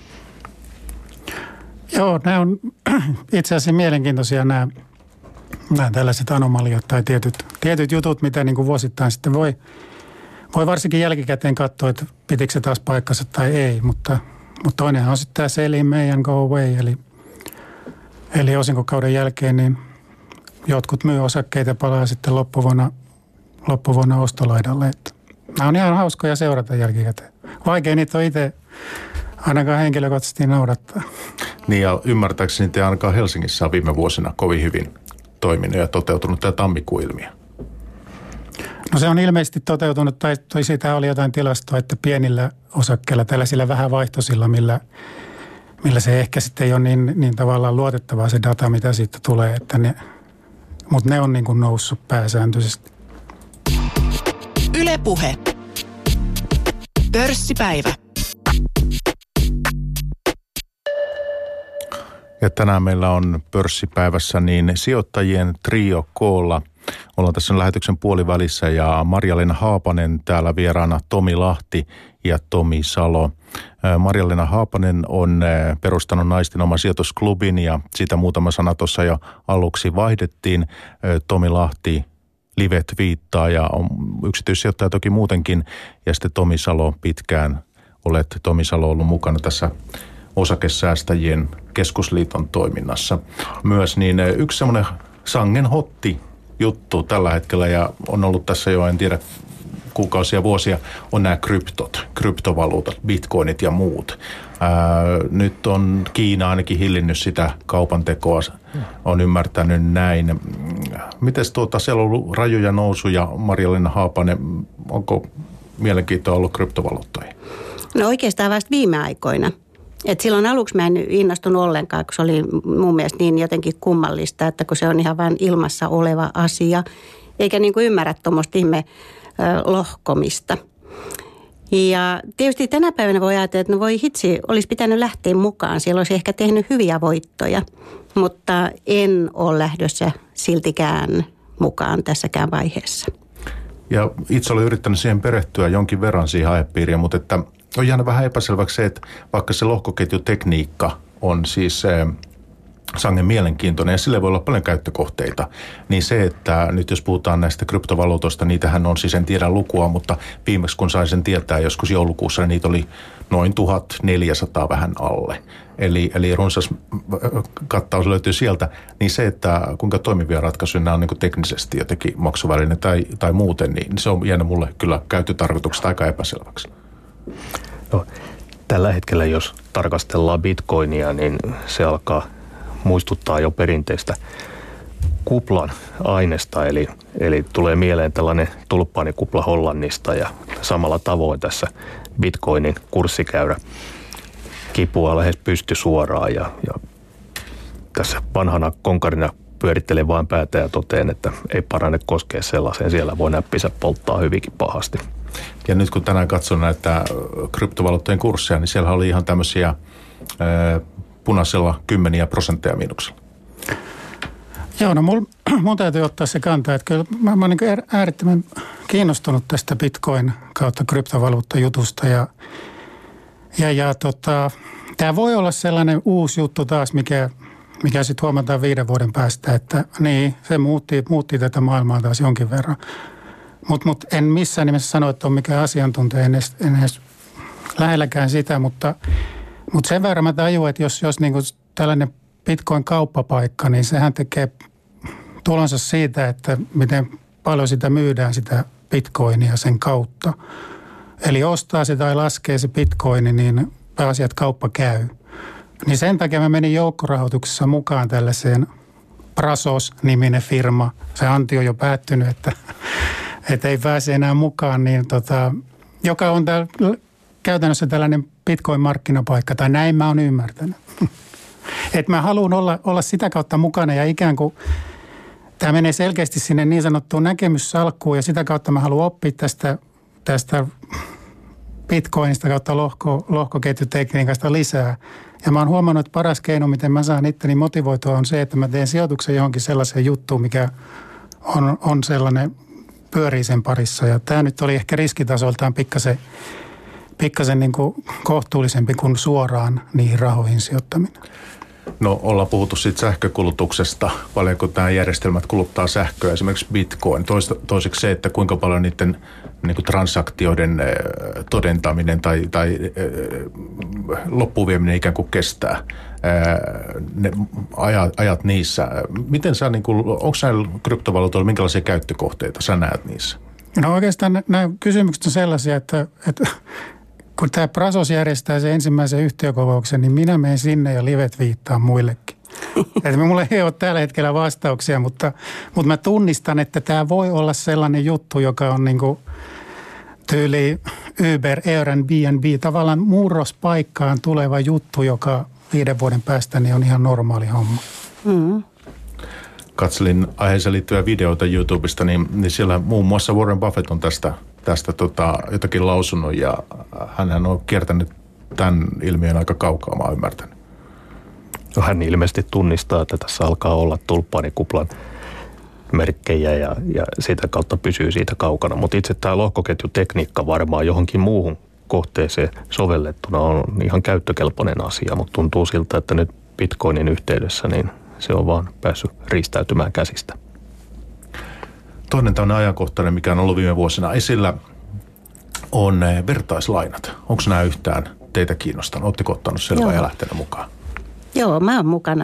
Joo, nämä on itse asiassa mielenkiintoisia nämä, nämä tällaiset anomaliot tai tietyt, tietyt jutut, mitä niin kuin vuosittain sitten voi, voi varsinkin jälkikäteen katsoa, että pitikö se taas paikkansa tai ei, mutta, mutta toinenhan on sitten tämä sell in May and go away, eli, eli osinkokauden jälkeen niin jotkut myy osakkeita ja palaa sitten loppuvuonna, loppuvuonna ostolaidalle. Että nämä on ihan hauskoja seurata jälkikäteen. Vaikea niitä on itse ainakaan henkilökohtaisesti noudattaa. Niin ja ymmärtääkseni te ainakaan Helsingissä on viime vuosina kovin hyvin toiminut ja toteutunut tämä tammikuun ilmiö. No se on ilmeisesti toteutunut, tai, tai siitä oli jotain tilastoa, että pienillä osakkeilla, tällaisilla vähän vaihtoisilla, millä, millä se ehkä sitten ei ole niin, niin tavallaan luotettavaa se data, mitä siitä tulee, että ne, mutta ne on niin kuin noussut pääsääntöisesti. Yle Puhe. Pörssipäivä. Ja tänään meillä on pörssipäivässä niin sijoittajien trio koolla. Ollaan tässä lähetyksen puolivälissä ja Marja-Leena Haapanen täällä vieraana, Tomi Lahti ja Tomi Salo. Marja-Leena Haapanen on perustanut naisten oma sijoitusklubin ja siitä muutama sana tuossa jo aluksi vaihdettiin. Tomi Lahti livet viittaa ja on yksityissijoittaja toki muutenkin. Ja sitten Tomi Salo, pitkään olet Tomi Salo ollut mukana tässä osakesäästäjien keskusliiton toiminnassa. Myös niin yksi semmoinen sangen hotti juttu tällä hetkellä ja on ollut tässä jo, en tiedä, kuukausia, vuosia, on nämä kryptot, kryptovaluutat, bitcoinit ja muut. Ää, nyt on Kiina ainakin hillinnyt sitä kaupantekoa, on ymmärtänyt näin. Mites tuota, siellä on ollut rajuja nousuja, Marja-Leena Haapanen, onko mielenkiintoa ollut kryptovaluuttoihin? No oikeastaan vasta viime aikoina. Et silloin aluksi mä en innostunut ollenkaan, kun se oli mun mielestä niin jotenkin kummallista, että kun se on ihan vain ilmassa oleva asia, eikä niin kuin ymmärrä tuommoista ihme lohkomista. Ja tietysti tänä päivänä voi ajatella, että no voi hitsi, olisi pitänyt lähteä mukaan. Siellä olisi ehkä tehnyt hyviä voittoja, mutta en ole lähdössä siltikään mukaan tässäkään vaiheessa. Ja itse olen yrittänyt siihen perehtyä jonkin verran siihen aihepiiriin, mutta että on jäänyt vähän epäselväksi se, että vaikka se lohkoketjutekniikka on siis sangen mielenkiintoinen ja sille voi olla paljon käyttökohteita, niin se, että nyt jos puhutaan näistä kryptovaluutoista, niitähän on siis en tiedä lukua, mutta viimeksi kun sain sen tietää joskus joulukuussa, niin niitä oli noin tuhatneljäsataa vähän alle. Eli, eli runsas kattaus löytyy sieltä, niin se, että kuinka toimivia ratkaisuja nämä on niin kuin teknisesti jotenkin maksuväline tai, tai muuten, niin se on jäänyt mulle kyllä käyttötarkoituksesta aika epäselväksi. No, tällä hetkellä, jos tarkastellaan bitcoinia, niin se alkaa muistuttaa jo perinteistä kuplan aineesta, eli, eli tulee mieleen tällainen tulppaanikupla Hollannista ja samalla tavoin tässä bitcoinin kurssikäyrä kipua lähes pystysuoraan ja, ja tässä vanhana konkarina pyörittelen vain päätä ja toteen, että ei parane koskea sellaiseen, siellä voi näppisä polttaa hyvinkin pahasti. Ja nyt kun tänään katson näitä kryptovaluuttojen kursseja, niin siellä oli ihan tämmöisiä ää, punaisella kymmeniä prosentteja miinuksella. Joo, no mun, mun täytyy ottaa se kantaa, että kyllä mä, mä oon niin äärettömän kiinnostunut tästä bitcoin kautta kryptovaluuttajutusta ja, ja, ja tota, tämä voi olla sellainen uusi juttu taas, mikä, mikä sitten huomataan viiden vuoden päästä, että niin, se muutti, muutti tätä maailmaa taas jonkin verran. Mutta mut en missään nimessä sano, että on mikään asiantuntija, en edes, en edes lähelläkään sitä, mutta, mutta sen verran mä tajuan, että jos, jos niinku tällainen bitcoin-kauppapaikka, niin sehän tekee tulonsa siitä, että miten paljon sitä myydään, sitä bitcoinia sen kautta. Eli ostaa se tai laskee se bitcoini, niin pääasiat kauppa käy. Niin sen takia mä menin joukkorahoituksessa mukaan tällaiseen Prasos-niminen firma. Se anti on jo päättynyt, että että ei pääse enää mukaan, niin tota, joka on täällä, käytännössä tällainen bitcoin-markkinapaikka, tai näin mä oon ymmärtänyt. Että mä haluan olla, olla sitä kautta mukana ja ikään kuin tämä menee selkeästi sinne niin sanottuun näkemyssalkkuun ja sitä kautta mä haluan oppia tästä, tästä bitcoinista kautta lohko, lohkoketjutekniikasta lisää. Ja mä oon huomannut, että paras keino, miten mä saan itteni motivoitua on se, että mä teen sijoituksen johonkin sellaiseen juttuun, mikä on, on sellainen pyörii sen parissa. Ja tämä nyt oli ehkä riskitasoltaan pikkasen, pikkasen niin kuin kohtuullisempi kuin suoraan niihin rahoihin sijoittaminen. No ollaan puhuttu siitä sähkökulutuksesta, paljonko nämä järjestelmät kuluttaa sähköä, esimerkiksi bitcoin. Toista, toiseksi se, että kuinka paljon niiden niin kuin transaktioiden äh, todentaminen tai, tai äh, loppuvieminen ikään kuin kestää. Äh, ne ajat, ajat niissä. Miten sä, niin kuin, onko näillä kryptovaluutoilla minkälaisia käyttökohteita sä näet niissä? No oikeastaan nämä kysymykset on sellaisia, että, että kun tämä Prasos järjestää sen ensimmäisen yhtiökokouksen, niin minä menen sinne ja livet viittaan muillekin. Että minulla ei ole tällä hetkellä vastauksia, mutta, mutta mä tunnistan, että tämä voi olla sellainen juttu, joka on niin kuin tyyli Uber, Airbnb, tavallaan murrospaikkaan tuleva juttu, joka viiden vuoden päästä niin on ihan normaali homma. Mm. Katselin aiheeseen liittyviä videoita YouTubesta, niin, niin siellä muun muassa Warren Buffett on tästä, tästä tota, jotakin lausunut ja äh, hänhän on kiertänyt tämän ilmiön aika kaukaa, mä oon ymmärtänyt. No, hän ilmeisesti tunnistaa, että tässä alkaa olla tulppaanikuplan merkkejä ja, ja sitä kautta pysyy siitä kaukana. Mutta itse tämä lohkoketjutekniikka varmaan johonkin muuhun kohteeseen sovellettuna on ihan käyttökelpoinen asia, mutta tuntuu siltä, että nyt Bitcoinin yhteydessä niin se on vaan päässyt riistäytymään käsistä. Toinen tämmöinen ajankohtainen, mikä on ollut viime vuosina esillä, on vertaislainat. Onko nämä yhtään teitä kiinnostanut? Oletteko ottanut selvää Joo. ja lähtenyt mukaan? Joo, mä oon mukana.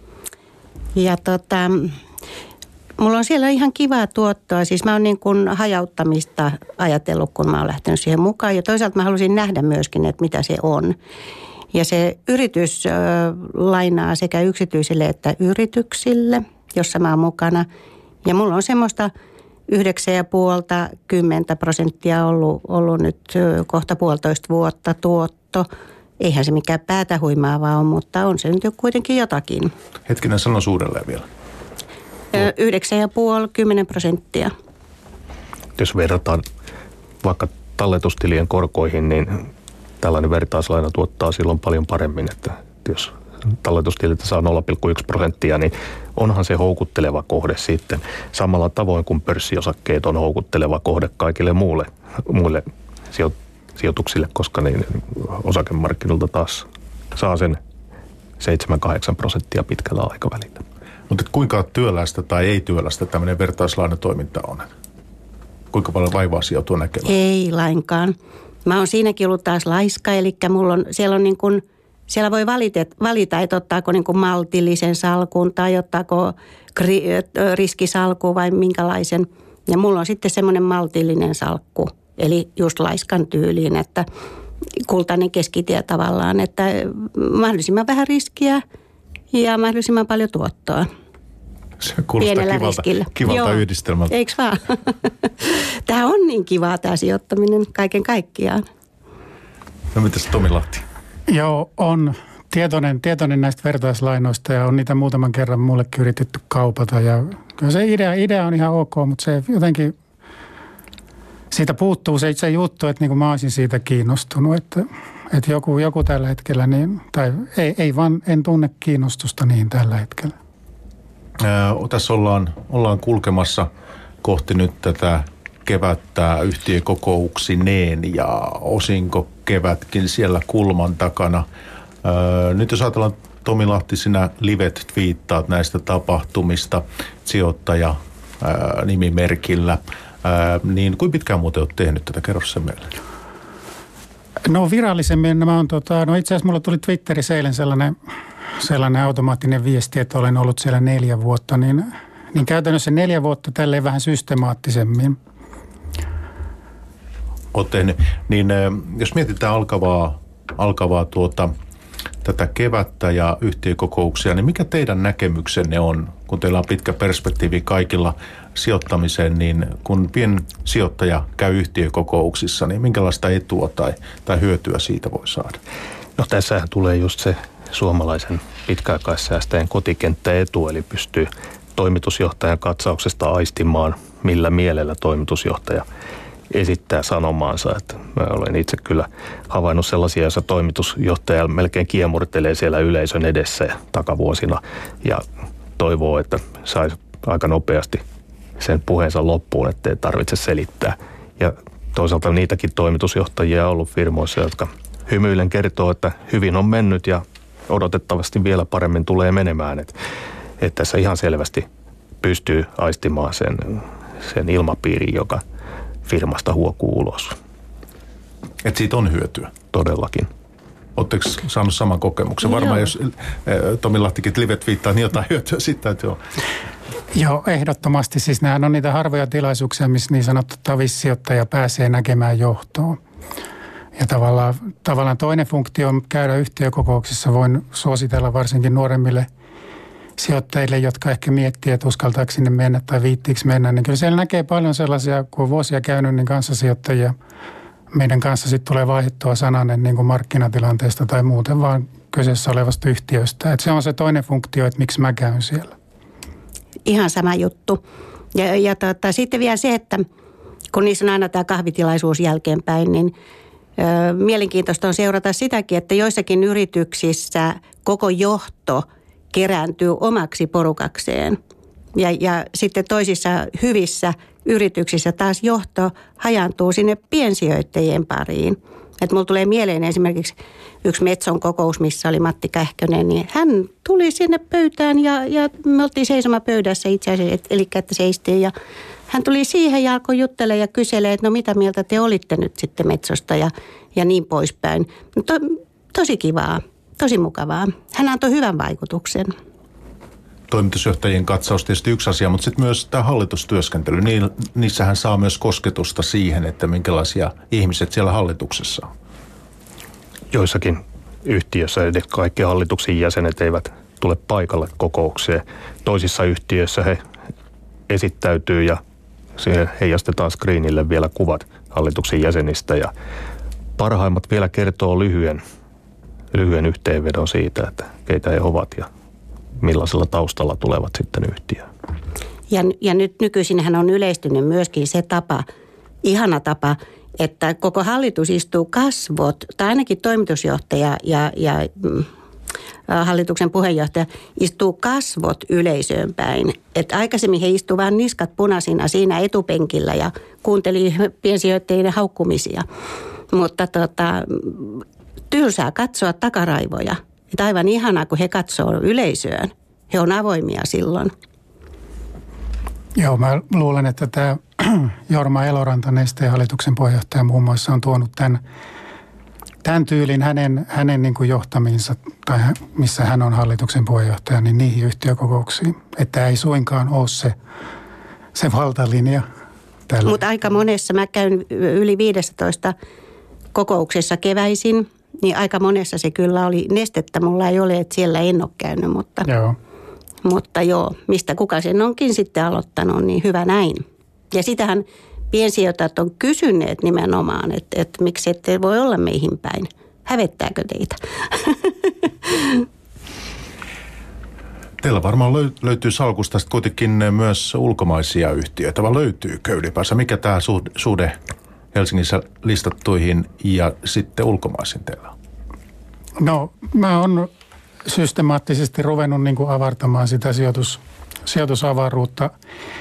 Ja tota, mulla on siellä ihan kivaa tuottoa. Siis mä oon niin kuin hajauttamista ajatellut, kun mä oon lähtenyt siihen mukaan. Ja toisaalta mä halusin nähdä myöskin, että mitä se on. Ja se yritys ö, lainaa sekä yksityisille että yrityksille, jossa mä oon mukana. Ja mulla on semmoista yhdeksän ja puolta, kymmentä prosenttia ollut, ollut nyt ö, kohta puolitoista vuotta tuotto. Eihän se mikään päätä huimaavaa ole, mutta on se nyt kuitenkin jotakin. Hetkinen, sano suurelleen vielä. Yhdeksän ja puoli, kymmenen prosenttia. Jos verrataan vaikka talletustilien korkoihin, niin tällainen vertaislaina tuottaa silloin paljon paremmin, että jos talletustililtä saa nolla pilkku yksi prosenttia, niin onhan se houkutteleva kohde sitten. Samalla tavoin kuin pörssiosakkeet on houkutteleva kohde kaikille muulle, muille sijoituksille, koska niin osakemarkkinoilta taas saa sen seitsemän kahdeksan prosenttia pitkällä aikavälillä. Mutta kuinka työlästä tai ei työlästä tämmöinen vertaislainatoiminta on? Kuinka paljon vaivaa sijoituu näkemään? Ei lainkaan. Mä oon siinäkin ollut taas laiska, eli mulla on, siellä, on niin kuin, siellä voi valita, valita että ottaako niin kuin maltillisen salkun tai ottaako kri, riskisalkun vai minkälaisen. Ja mulla on sitten semmoinen maltillinen salkku, eli just laiskan tyyliin, että kultainen keskitie tavallaan, että mahdollisimman vähän riskiä ja mahdollisimman paljon tuottoa. Se kuulostaa pienellä kivalta, riskillä. kivalta Joo. yhdistelmältä. Eikö vaan? Tämä on niin kivaa tämä sijoittaminen kaiken kaikkiaan. No mitäs Tomi Lahti? Joo, on tietoinen, tietoinen näistä vertaislainoista ja on niitä muutaman kerran mullekin yritetty kaupata. Ja kyllä se idea, idea on ihan ok, mutta se jotenkin, siitä puuttuu se itse juttu, että niin kuin mä olisin siitä kiinnostunut, että, että joku, joku tällä hetkellä, niin, tai ei, ei vaan, en tunne kiinnostusta niin tällä hetkellä. Ää, tässä ollaan, ollaan kulkemassa kohti nyt tätä kevättä yhtiökokouksineen ja osinko kevätkin siellä kulman takana. Ää, nyt jos ajatellaan, Tomi Lahti, sinä live-twiittaat näistä tapahtumista sijoittaja ää, nimimerkillä, ää, niin kuinka pitkään muuten olet tehnyt tätä? Kerro sen meille. No virallisemmin, mä on, tota, no itse asiassa mulla tuli Twitterissä eilen sellainen, sellainen automaattinen viesti, että olen ollut siellä neljä vuotta, niin, niin käytännössä neljä vuotta tälleen vähän systemaattisemmin. Olet tehnyt. Niin jos mietitään alkavaa, alkavaa tuota, tätä kevättä ja yhtiökokouksia, niin mikä teidän näkemyksenne on, kun teillä on pitkä perspektiivi kaikilla sijoittamiseen, niin kun piensijoittaja käy yhtiökokouksissa, niin minkälaista etua tai, tai hyötyä siitä voi saada? No tässähän tulee just se suomalaisen pitkäaikaissäästäjän kotikenttäetu, eli pystyy toimitusjohtajan katsauksesta aistimaan, millä mielellä toimitusjohtaja esittää sanomaansa. Että mä olen itse kyllä havainnut sellaisia, joissa toimitusjohtaja melkein kiemurtelee siellä yleisön edessä ja takavuosina ja toivoo, että saisi aika nopeasti sen puheensa loppuun, ettei tarvitse selittää. Ja toisaalta niitäkin toimitusjohtajia on ollut firmoissa, jotka hymyillen kertoo, että hyvin on mennyt ja odotettavasti vielä paremmin tulee menemään. Että, että tässä ihan selvästi pystyy aistimaan sen, sen ilmapiirin, joka firmasta huokuu ulos. Että siitä on hyötyä? Todellakin. Oletteko saanut saman kokemuksen? Varmaan Joo. jos Tomi Lahtikin live-twiittaa, niin jotain hyötyä siitä, että joo. Joo, ehdottomasti. Siis nämä on niitä harvoja tilaisuuksia, missä niin sanottu tavissijoittaja pääsee näkemään johtoa. Ja tavallaan, tavallaan toinen funktio on käydä yhtiökokouksissa. Voin suositella varsinkin nuoremmille sijoittajille, jotka ehkä miettii, että uskaltaako sinne mennä tai viittiikö mennä. Niin kyllä siellä näkee paljon sellaisia, kun on vuosia käynyt, niin kanssasijoittajia. Meidän kanssa sitten tulee vaihdettua sananen niin kuin markkinatilanteesta tai muuten vaan kyseessä olevasta yhtiöstä. Että se on se toinen funktio, että miksi mä käyn siellä. Ihan sama juttu. Ja, ja tota, sitten vielä se, että kun niissä on aina tämä kahvitilaisuus jälkeenpäin, niin Mielenkiintoista on seurata sitäkin, että joissakin yrityksissä koko johto kerääntyy omaksi porukakseen. Ja, ja sitten toisissa hyvissä yrityksissä taas johto hajaantuu sinne piensijoittajien pariin. Että mulla tulee mieleen esimerkiksi yksi Metson kokous, missä oli Matti Kähkönen, niin hän tuli sinne pöytään ja, ja me oltiin seisomapöydässä itse asiassa, et, eli että seistiin ja hän tuli siihen ja alkoi juttelemaan ja kyselee, että no mitä mieltä te olitte nyt sitten Metsosta ja, ja niin poispäin. To, tosi kivaa, tosi mukavaa. Hän antoi hyvän vaikutuksen. Toimitusjohtajien katsaus tietysti yksi asia, mutta sitten myös tämä hallitustyöskentely. Niissähän saa myös kosketusta siihen, että minkälaisia ihmiset siellä hallituksessa on. Joissakin yhtiöissä edes kaikki hallituksen jäsenet eivät tule paikalle kokoukseen. Toisissa yhtiöissä he esittäytyy ja siihen heijastetaan screenille vielä kuvat hallituksen jäsenistä. Ja parhaimmat vielä kertoo lyhyen, lyhyen yhteenvedon siitä, että keitä he ovat ja millaisella taustalla tulevat sitten yhtiöön. Ja, ja nyt nykyisinhän on yleistynyt myöskin se tapa, ihana tapa, että koko hallitus istuu kasvot, tai ainakin toimitusjohtaja ja, ja mm, hallituksen puheenjohtaja istuu kasvot yleisöön päin. Että aikaisemmin he istuivat vain niskat punaisina siinä etupenkillä ja kuunteli piensijoittajien haukkumisia. Mutta tota, tylsää katsoa takaraivoja. Että aivan ihanaa, kun he katsoo yleisöön. He on avoimia silloin. Joo, mä luulen, että tämä Jorma Eloranta, Nesteen hallituksen puheenjohtaja muun muassa, on tuonut tämän, tämän tyylin hänen, hänen niin kuin johtamiinsa, tai missä hän on hallituksen puheenjohtaja, niin niihin yhtiökokouksiin. Että ei suinkaan ole se, se valtalinja. Mutta aika monessa, mä käyn yli viisitoista kokouksessa keväisin, niin aika monessa se kyllä oli. Nestettä mulla ei ole, että siellä en ole käynyt, mutta joo, mutta joo mistä kuka sen onkin sitten aloittanut, niin hyvä näin. Ja sitähän piensijoittajat on kysyneet nimenomaan, että, että miksi ette voi olla meihin päin. Hävettääkö teitä? Teillä varmaan löytyy salkusta kuitenkin myös ulkomaisia yhtiöitä, vaan löytyykö ylipäänsä? Mikä tämä suhde Helsingissä listattuihin ja sitten ulkomaisiin teillä on? No, mä oon systemaattisesti ruvennut niin kuin avartamaan sitä sijoitus, sijoitusavaruutta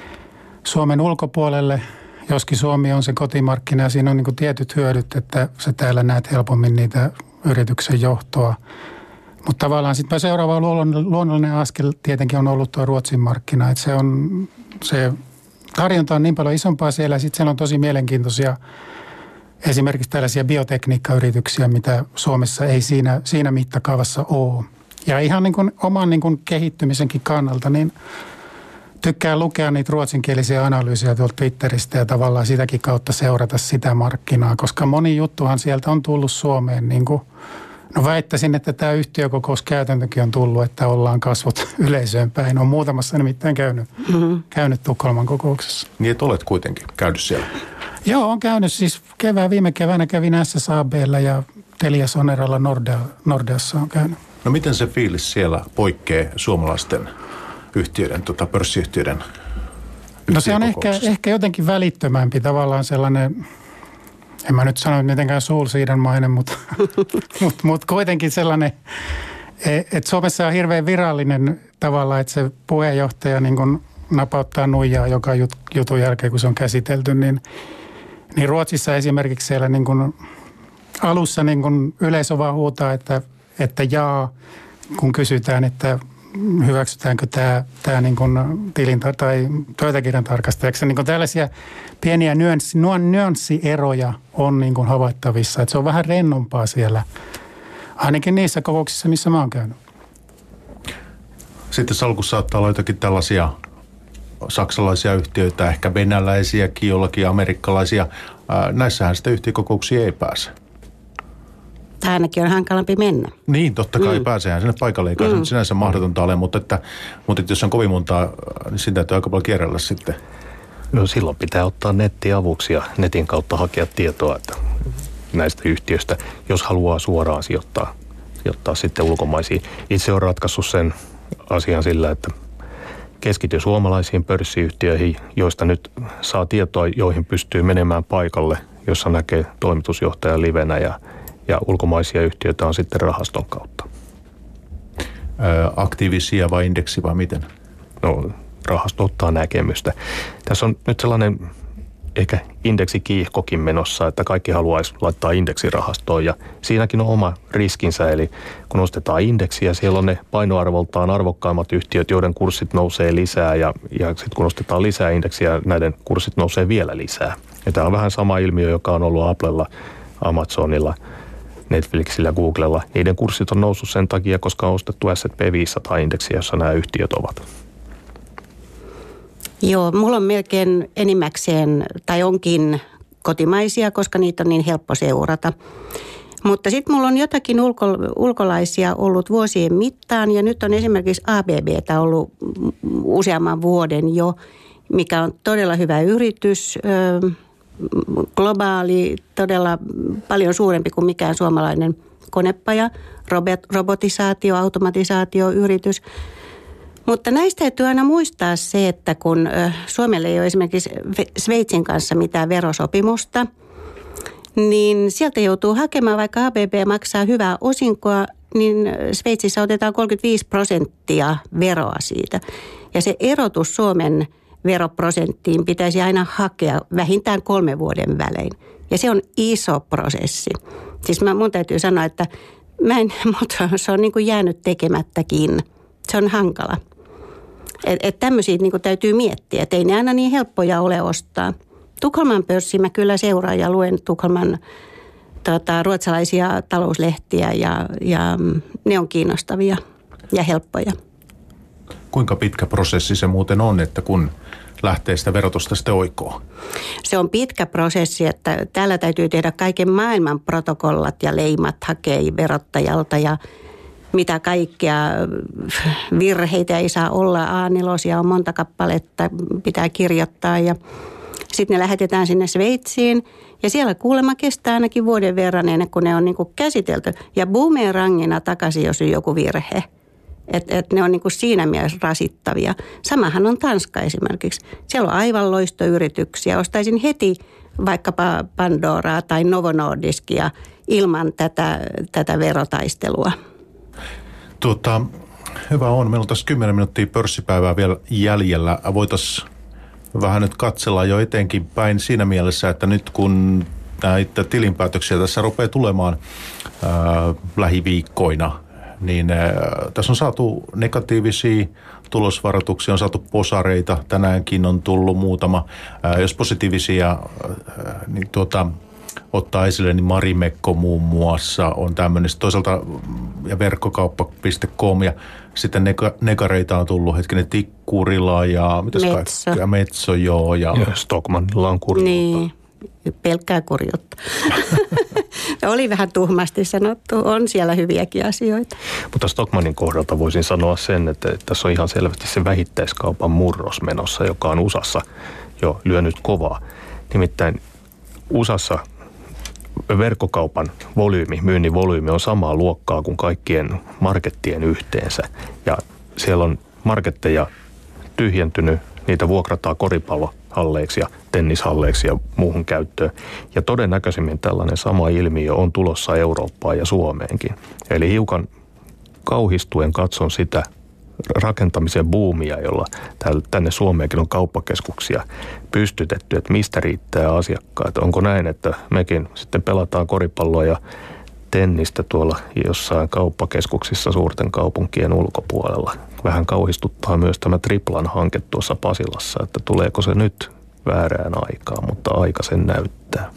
Suomen ulkopuolelle, joskin Suomi on se kotimarkkina ja siinä on niin kuin tietyt hyödyt, että sä täällä näet helpommin niitä yrityksen johtoa. Mutta tavallaan sitten seuraava luonnollinen askel tietenkin on ollut tuo Ruotsin markkina, että se on se tarjonta on niin paljon isompaa siellä ja sitten siellä on tosi mielenkiintoisia esimerkiksi tällaisia biotekniikkayrityksiä, mitä Suomessa ei siinä, siinä mittakaavassa ole. Ja ihan niin kuin oman niin kuin kehittymisenkin kannalta, niin tykkään lukea niitä ruotsinkielisiä analyysiä tuolta Twitteristä ja tavallaan sitäkin kautta seurata sitä markkinaa, koska moni juttuhan sieltä on tullut Suomeen. Niin kuin, no väittäisin, että tämä yhtiökokouskäytäntökin on tullut, että ollaan kasvot yleisöön päin. On muutamassa nimittäin käynyt, mm-hmm. käynyt Tukholman kokouksessa. Niin, että olet kuitenkin käynyt siellä. Joo, on käynyt. Siis kevään, viime keväänä kävin S S A B:llä ja Telia Soneralla Nordea, Nordeassa on käynyt. No miten se fiilis siellä poikkeaa suomalaisten yhtiöiden, tota pörssiyhtiöiden No se on ehkä, ehkä jotenkin välittömämpi tavallaan sellainen, en mä nyt sano mitenkään Sulsiidanmainen, mutta, mutta, mutta kuitenkin sellainen, että Suomessa on hirveän virallinen tavalla, että se puheenjohtaja niin kuin napauttaa nuijaa joka jut, jutun jälkeen, kun se on käsitelty, niin, niin Ruotsissa esimerkiksi siellä niin kuin alussa niin kuin yleisö vaan huutaa, että, että jaa, kun kysytään, että hyväksytäänkö tämä, tämä niin kuin tilinta- tai pöytäkirjan tarkastajaksi. Niin kuin tällaisia pieniä nyanssi, nyanssieroja on niin kuin havaittavissa. Että se on vähän rennompaa siellä, ainakin niissä kokouksissa, missä mä oon käynyt. Sitten salkussa saattaa olla jotakin tällaisia saksalaisia yhtiöitä, ehkä venäläisiäkin, jollakin amerikkalaisia. Näissähän sitä yhtiökokouksia ei pääse. Tai ainakin on hankalampi mennä. Niin, totta kai mm. pääsehän sinne paikalle, eikä mm. se nyt sinänsä mahdotonta ole, mutta, että, mutta että jos on kovin montaa, niin sitä täytyy aika paljon kierrellä sitten. No silloin pitää ottaa netti avuksi ja netin kautta hakea tietoa että näistä yhtiöistä, jos haluaa suoraan sijoittaa, sijoittaa sitten ulkomaisiin. Itse olen ratkaissut sen asian sillä, että keskity suomalaisiin pörssiyhtiöihin, joista nyt saa tietoa, joihin pystyy menemään paikalle jossa näkee toimitusjohtajan livenä ja, ja ulkomaisia yhtiöitä on sitten rahaston kautta. Ö, aktiivisia vai indeksi vai miten? No, rahasto ottaa näkemystä. Tässä on nyt sellainen ehkä indeksikiihkokin menossa, että kaikki haluaisi laittaa indeksirahastoon ja siinäkin on oma riskinsä. Eli kun nostetaan indeksiä, siellä on ne painoarvoltaan arvokkaimmat yhtiöt, joiden kurssit nousee lisää ja, ja sitten kun nostetaan lisää indeksiä, näiden kurssit nousee vielä lisää. Ja tämä on vähän sama ilmiö, joka on ollut Applella, Amazonilla, Netflixillä, Googlella. Niiden kurssit on noussut sen takia, koska on ostettu S and P viisisataa-indeksiä, jossa nämä yhtiöt ovat. Joo, mulla on melkein enimmäkseen, tai onkin kotimaisia, koska niitä on niin helppo seurata. Mutta sitten mulla on jotakin ulko, ulkolaisia ollut vuosien mittaan, ja nyt on esimerkiksi A B B:tä ollut useamman vuoden jo, mikä on todella hyvä yritys, globaali, todella paljon suurempi kuin mikään suomalainen konepaja, robot, robotisaatio, automatisaatio, yritys. Mutta näistä täytyy aina muistaa se, että kun Suomella ei ole esimerkiksi Sveitsin kanssa mitään verosopimusta, niin sieltä joutuu hakemaan, vaikka A B B maksaa hyvää osinkoa, niin Sveitsissä otetaan kolmekymmentäviisi prosenttia veroa siitä. Ja se erotus Suomen veroprosenttiin pitäisi aina hakea vähintään kolmen vuoden välein. Ja se on iso prosessi. Siis mä, mun täytyy sanoa, että mä en, mutta se on niin kuin jäänyt tekemättäkin. Se on hankala. Että et tämmöisiä niin kuin täytyy miettiä, että ei ne aina niin helppoja ole ostaa. Tukholman pörssi mä kyllä seuraan ja luen Tukholman tota, ruotsalaisia talouslehtiä ja, ja ne on kiinnostavia ja helppoja. Kuinka pitkä prosessi se muuten on, että kun lähtee sitä verotusta sitten oikoon? Se on pitkä prosessi, että täällä täytyy tehdä kaiken maailman protokollat ja leimat hakee verottajalta ja mitä kaikkea virheitä ei saa olla. A nelosia on monta kappaletta, pitää kirjoittaa ja sitten ne lähetetään sinne Sveitsiin ja siellä kuulemma kestää ainakin vuoden verran ennen kuin ne on niinku käsitelty. Ja boomerangina takaisin, jos on joku virhe. Että et ne on niinku siinä mielessä rasittavia. Samahan on Tanska esimerkiksi. Siellä on aivan loistoyrityksiä. Ostaisin heti vaikkapa Pandoraa tai Novo Nordiskia ilman tätä, tätä verotaistelua. Tuota, hyvä on. Meillä on tässä kymmenen minuuttia pörssipäivää vielä jäljellä. Voitaisiin vähän nyt katsella jo etenkin päin siinä mielessä, että nyt kun näitä tilinpäätöksiä tässä rupeaa tulemaan ää, lähiviikkoina, niin ää, tässä on saatu negatiivisia tulosvaroituksia, on saatu posareita. Tänäänkin on tullut muutama. Ää, jos positiivisia ää, niin tuota, ottaa esille, niin Marimekko muun muassa on tämmöinen. Toisaalta ja verkkokauppa piste com ja sitten nega, negareita on tullut hetkinen Tikkurila ja mitäs Metso. kaikkea. Metso, joo. Ja, ja Stockmannilla on kurjuutta. Niin, pelkkää kurjuutta. Oli vähän tuhmasti sanottu. On siellä hyviäkin asioita. Mutta Stockmannin kohdalta voisin sanoa sen, että tässä on ihan selvästi se vähittäiskaupan murros menossa, joka on U S A:ssa jo lyönyt kovaa. Nimittäin U S A:ssa verkkokaupan volyymi, myynnin volyymi on samaa luokkaa kuin kaikkien markettien yhteensä. Ja siellä on marketteja tyhjentynyt, niitä vuokrataan koripallohalleiksi ja tennishalleiksi ja muuhun käyttöön. Ja todennäköisimmin tällainen sama ilmiö on tulossa Eurooppaan ja Suomeenkin. Eli hiukan kauhistuen katson sitä rakentamisen buumia, jolla tänne Suomeenkin on kauppakeskuksia pystytetty, että mistä riittää asiakkaita. Onko näin, että mekin sitten pelataan koripalloa ja tennistä tuolla jossain kauppakeskuksissa suurten kaupunkien ulkopuolella. Vähän kauhistuttaa myös tämä Triplan hanke tuossa Pasilassa, että tuleeko se nyt väärään aikaan, mutta aika sen näyttää.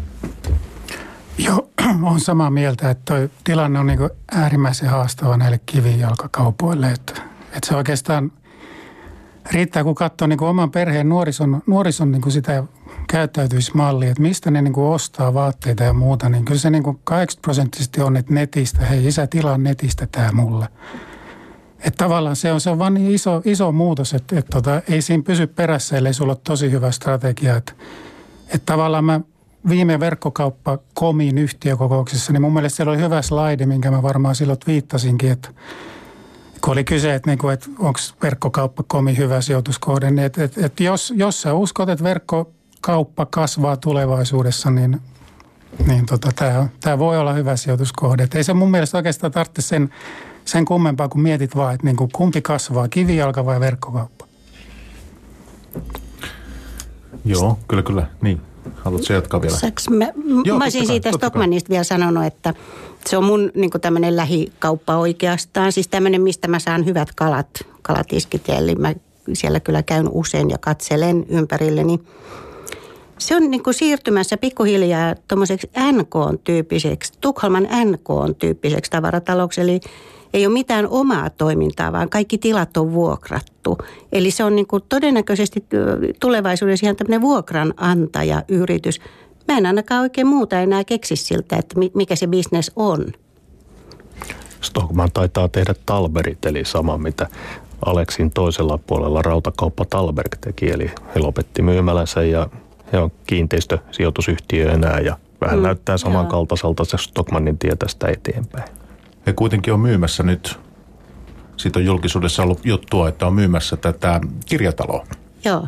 Joo, olen samaa mieltä, että tuo tilanne on niin kuin äärimmäisen haastava näille kivijalkakaupoille, että, että se oikeastaan riittää, kun katsoo niin kuin oman perheen nuorison, nuorison niin kuin sitä käyttäytymismallia, että mistä ne niin kuin ostaa vaatteita ja muuta, niin kyllä se niin kuin kahdeksankymmentä prosenttisesti on, että netistä, hei isä tilaa netistä tämä mulle. Että tavallaan se on, se on vaan niin iso, iso muutos, että, että tota, ei siinä pysy perässä, ellei sulla ole tosi hyvä strategia, että, että tavallaan mä viime verkkokauppa Komin yhtiökokouksessa, niin mun mielestä siellä oli hyvä slide, minkä mä varmaan silloin viittasinkin, että kun oli kyse, että, niin että onko verkkokauppa Komi hyvä sijoituskohde, niin että, että, että jos, jos sä uskot, että verkko kauppa kasvaa tulevaisuudessa, niin, niin tota, tämä, tämä voi olla hyvä sijoituskohde. Et ei se mun mielestä oikeastaan tarvitse sen, sen kummempaa, kun mietit vaan, että niin kuin kumpi kasvaa, kivijalka vai verkkokauppa. Joo, kyllä, kyllä. Niin. Haluatko jatkaa vielä? Saks mä, Joo, mä olisin kai, siitä Stockmannista vielä sanonut, että se on mun niin kuin tämmöinen lähikauppa oikeastaan. Siis tämmöinen, mistä mä saan hyvät kalat, kalatiskit. Eli mä siellä kyllä käyn usein ja katselen ympärilleni. Se on niin kuin siirtymässä pikkuhiljaa tuommoiseksi N K-tyyppiseksi, Tukholman N K-tyyppiseksi tavarataloksi. Eli ei ole mitään omaa toimintaa, vaan kaikki tilat on vuokrattu. Eli se on niin kuin todennäköisesti tulevaisuudessa ihan tämmöinen vuokranantajayritys. Mä en ainakaan oikein muuta enää keksi siltä, että mikä se bisnes on. Stockmann taitaa tehdä Talberit, eli sama mitä Aleksin toisella puolella rautakauppa Talberg teki. Eli he lopetti myymälänsä ja he on kiinteistösijoitusyhtiö enää ja vähän mm, näyttää samankaltaiselta se Stockmannin tie tästä eteenpäin. He kuitenkin on myymässä nyt, siitä on julkisuudessa ollut juttua, että on myymässä tätä kirjataloa. Joo.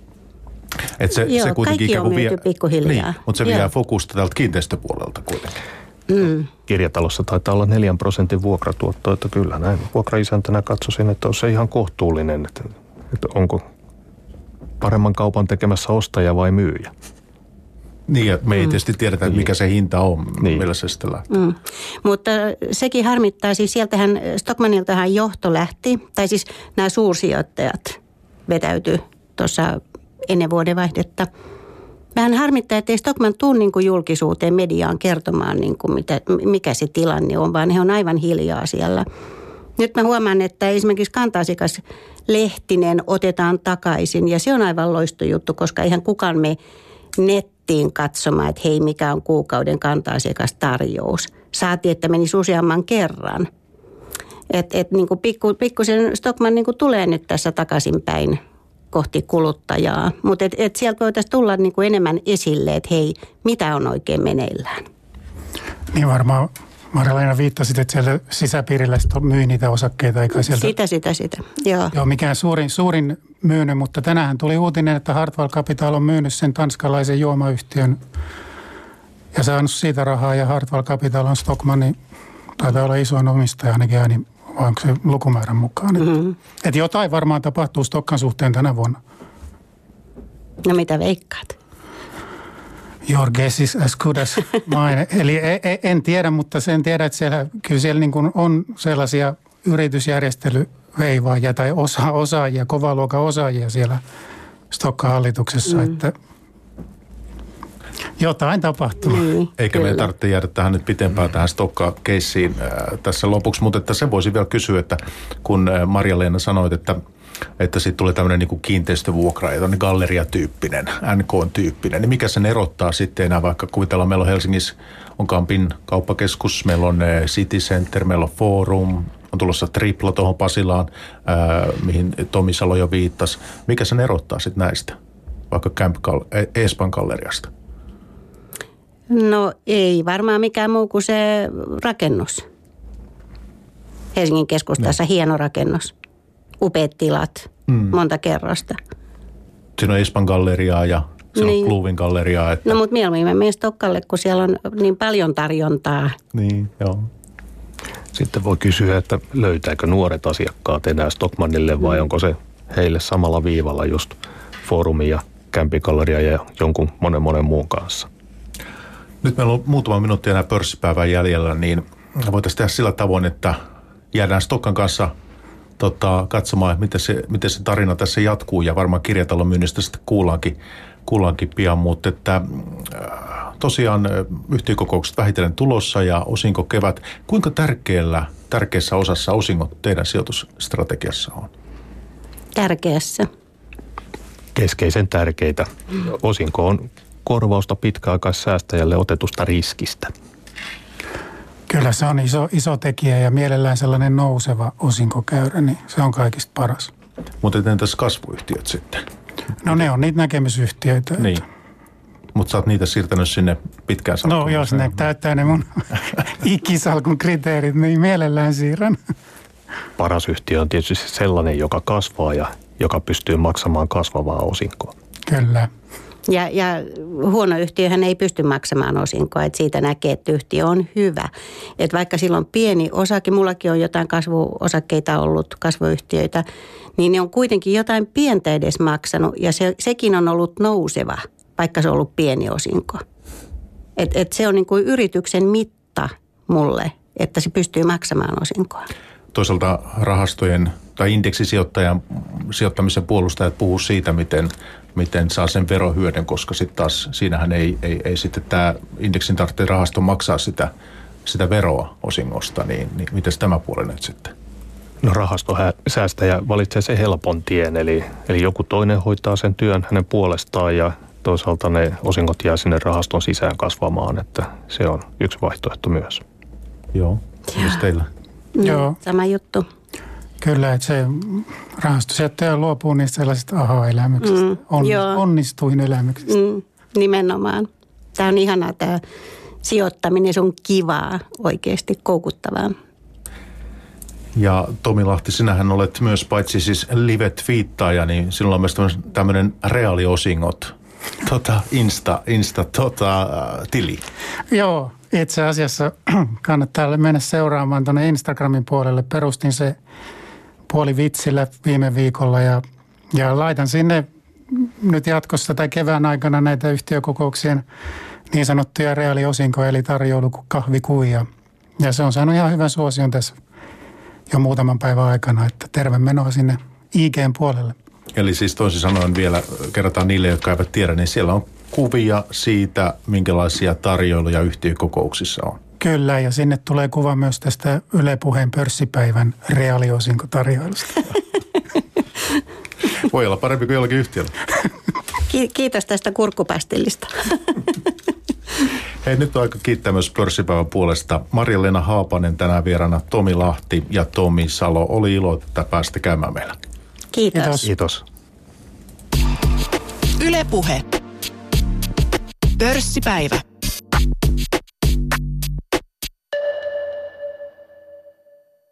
Et se, Joo, se kuitenkin kaikki on myyty pikkuhiljaa. Niin, mutta se Joo. vie fokusta tältä kiinteistöpuolelta kuitenkin. Mm. Kirjatalossa taitaa olla neljän prosentin vuokratuotto, että kyllä näin vuokraisäntänä katsoisin, että on se ihan kohtuullinen, että, että onko paremman kaupan tekemässä ostaja vai myyjä. Niin, ja me ei tietysti tiedetä, että mikä se hinta on, niin. millä se sitten lähtee. Mm. Mutta sekin harmittaa, siis sieltähän Stockmanniltahan johto lähti, tai siis nämä suursijoittajat vetäytyi tuossa ennen vuodenvaihdetta. Vähän harmittaa, että ei Stockmann tule niin kuin julkisuuteen mediaan kertomaan, niin kuin mitä, mikä se tilanne on, vaan he on aivan hiljaa siellä. Nyt mä huomaan, että esimerkiksi kanta-asiakas Lehtinen otetaan takaisin, ja se on aivan loistojuttu, koska eihän kukaan me nettiin katsomaan, että hei, mikä on kuukauden kanta-asiakastarjous. Saatiin, että menisi useamman kerran. Että et, niin pikku, pikkusen Stockmann niin kuin tulee nyt tässä takaisinpäin kohti kuluttajaa. Mutta et, et sieltä voitaisiin tulla niin kuin enemmän esille, että hei, mitä on oikein meneillään. Niin varmaan Marja-Leena viittasit, että siellä sisäpiirillä myy niitä osakkeita. Eikä sieltä, Sitä, sitä, sitä. Joo. Joo, mikään suurin, suurin myynyt, mutta tänään tuli uutinen, että Hartwall Capital on myynyt sen tanskalaisen juomayhtiön ja saanut siitä rahaa. Ja Hartwall Capital on Stockmannin, taitaa olla isoin omistaja ainakin ääni, vai onko se lukumäärän mukaan. Mm-hmm. Että et jotain varmaan tapahtuu Stockan suhteen tänä vuonna. No mitä veikkaat? Your guess is as good as mine. Eli en tiedä, mutta sen tiedä, että siellä, kyllä siellä niin kuin on sellaisia yritysjärjestelyveivaajia tai osa, osaajia, kovaluokan osaajia siellä Stockan hallituksessa, mm. että jotain tapahtuu. Mm, Eikä kyllä. meidän tarvitse jäädä tähän nyt pitempään tähän Stokka-keissiin äh, tässä lopuksi, mutta että sen voisin vielä kysyä, että kun äh, Marja-Leena sanoit, että että sitten tulee tämmöinen niin kiinteistövuokra, ja galleriatyyppinen, N K-tyyppinen, niin mikä sen erottaa sitten enää, vaikka kuvitellaan, meillä on Helsingissä on Kampin kauppakeskus, meillä on City Center, meillä on Forum, on tulossa Tripla tuohon Pasilaan, ää, mihin Tomi Salo jo viittasi. Mikä sen erottaa sitten näistä, vaikka Camp Espan galleriasta? No ei varmaan mikään muu kuin se rakennus. Helsingin keskustassa no. Hieno rakennus. Upeat tilat, mm. monta kerrosta. Siinä on Espan galleriaa ja se niin. on Kluvin galleriaa. Että... No mutta mieluummin mä menen Stokkalle, kun siellä on niin paljon tarjontaa. Niin, joo. Sitten voi kysyä, että löytääkö nuoret asiakkaat enää Stockmannille vai mm. onko se heille samalla viivalla just Foorumi ja Kämpigalleria ja jonkun monen monen muun kanssa. Nyt meillä on muutama minuutti enää pörssipäivän jäljellä, niin voitaisiin tehdä sillä tavoin, että jäädään Stokkan kanssa Tota, katsomaan, miten se, miten se tarina tässä jatkuu, ja varmaan kirjatalon myynnistä sitten kuullaankin, kuullaankin pian, mutta että äh, tosiaan yhtiökokoukset vähitellen tulossa ja osinko kevät. Kuinka tärkeällä, tärkeässä osassa osingot teidän sijoitusstrategiassa on? Tärkeässä. Keskeisen tärkeitä. Osinko on korvausta pitkäaikaissäästäjälle otetusta riskistä. Kyllä se on iso, iso tekijä ja mielellään sellainen nouseva osinkokäyrä, niin se on kaikista paras. Mutta entäs kasvuyhtiöt sitten? No ne on niitä näkemysyhtiöitä. Niin. Mutta sä oot niitä siirtänyt sinne pitkään salkuun. No jos ne täyttää ne mun ikisalkun kriteerit, niin mielellään siirrän. Paras yhtiö on tietysti sellainen, joka kasvaa ja joka pystyy maksamaan kasvavaa osinkoa. Kyllä. Ja, ja huono yhtiöhän ei pysty maksamaan osinkoa, että siitä näkee, että yhtiö on hyvä. Että vaikka silloin pieni osake, mullakin on jotain kasvuosakkeita ollut, kasvuyhtiöitä, niin ne on kuitenkin jotain pientä edes maksanut ja se, sekin on ollut nouseva, vaikka se on ollut pieni osinko. Että et se on niin kuin yrityksen mitta mulle, että se pystyy maksamaan osinkoa. Toisaalta rahastojen tai indeksisijoittajan sijoittamisen puolustajat puhuu siitä, miten, miten saa sen verohyödyn, koska sitten taas siinähän ei, ei, ei sitten tämä indeksin tarvitse rahasto maksaa sitä, sitä veroa osingosta, niin, niin miten tämä puoli nyt sitten? No rahastosäästäjä valitsee sen helpon tien, eli, eli joku toinen hoitaa sen työn hänen puolestaan ja toisaalta ne osingot jää sinne rahaston sisään kasvamaan, että se on yksi vaihtoehto myös. Joo, missä teillä? Mm, Joo. Sama juttu. Kyllä, että se rahastosijoittaja luopuu niistä sellaisista aha-elämyksistä, Mm, on, joo. onnistuin elämyksistä. Mm, nimenomaan. Tämä on ihanaa tämä sijoittaminen, se on kivaa, oikeasti koukuttavaa. Ja Tomi Lahti, sinähän olet myös paitsi siis live-twiittaaja, niin sinulla on myös tämmöinen reaaliosingot, tota, Insta, Insta tota, tili. Joo, itse asiassa kannattaa mennä seuraamaan tuonne Instagramin puolelle. Perustin se puoli vitsillä viime viikolla ja, ja laitan sinne nyt jatkossa tai kevään aikana näitä yhtiökokouksien niin sanottuja reaaliosinkoja, eli tarjoulukahvikuvia. Ja se on saanut ihan hyvän suosion tässä jo muutaman päivän aikana, että terve menoa sinne I G:n puolelle. Eli siis toisin sanoen vielä kerrotaan niille, jotka eivät tiedä, niin siellä on kuvia siitä, minkälaisia tarjoiluja yhtiökokouksissa on. Kyllä, ja sinne tulee kuva myös tästä Yle Puheen pörssipäivän reaaliosinkotarjoilusta. Voi olla parempi kuin jollakin yhtiöllä. Kiitos tästä kurkkupastillista. Hei, nyt on aika kiittää myös pörssipäivän puolesta. Marja-Leena Haapanen tänään vieraana, Tomi Lahti ja Tomi Salo. Oli ilo, että pääsitte käymään meillä. Kiitos. Kiitos. Kiitos. Yle Puhe. Pörssipäivä.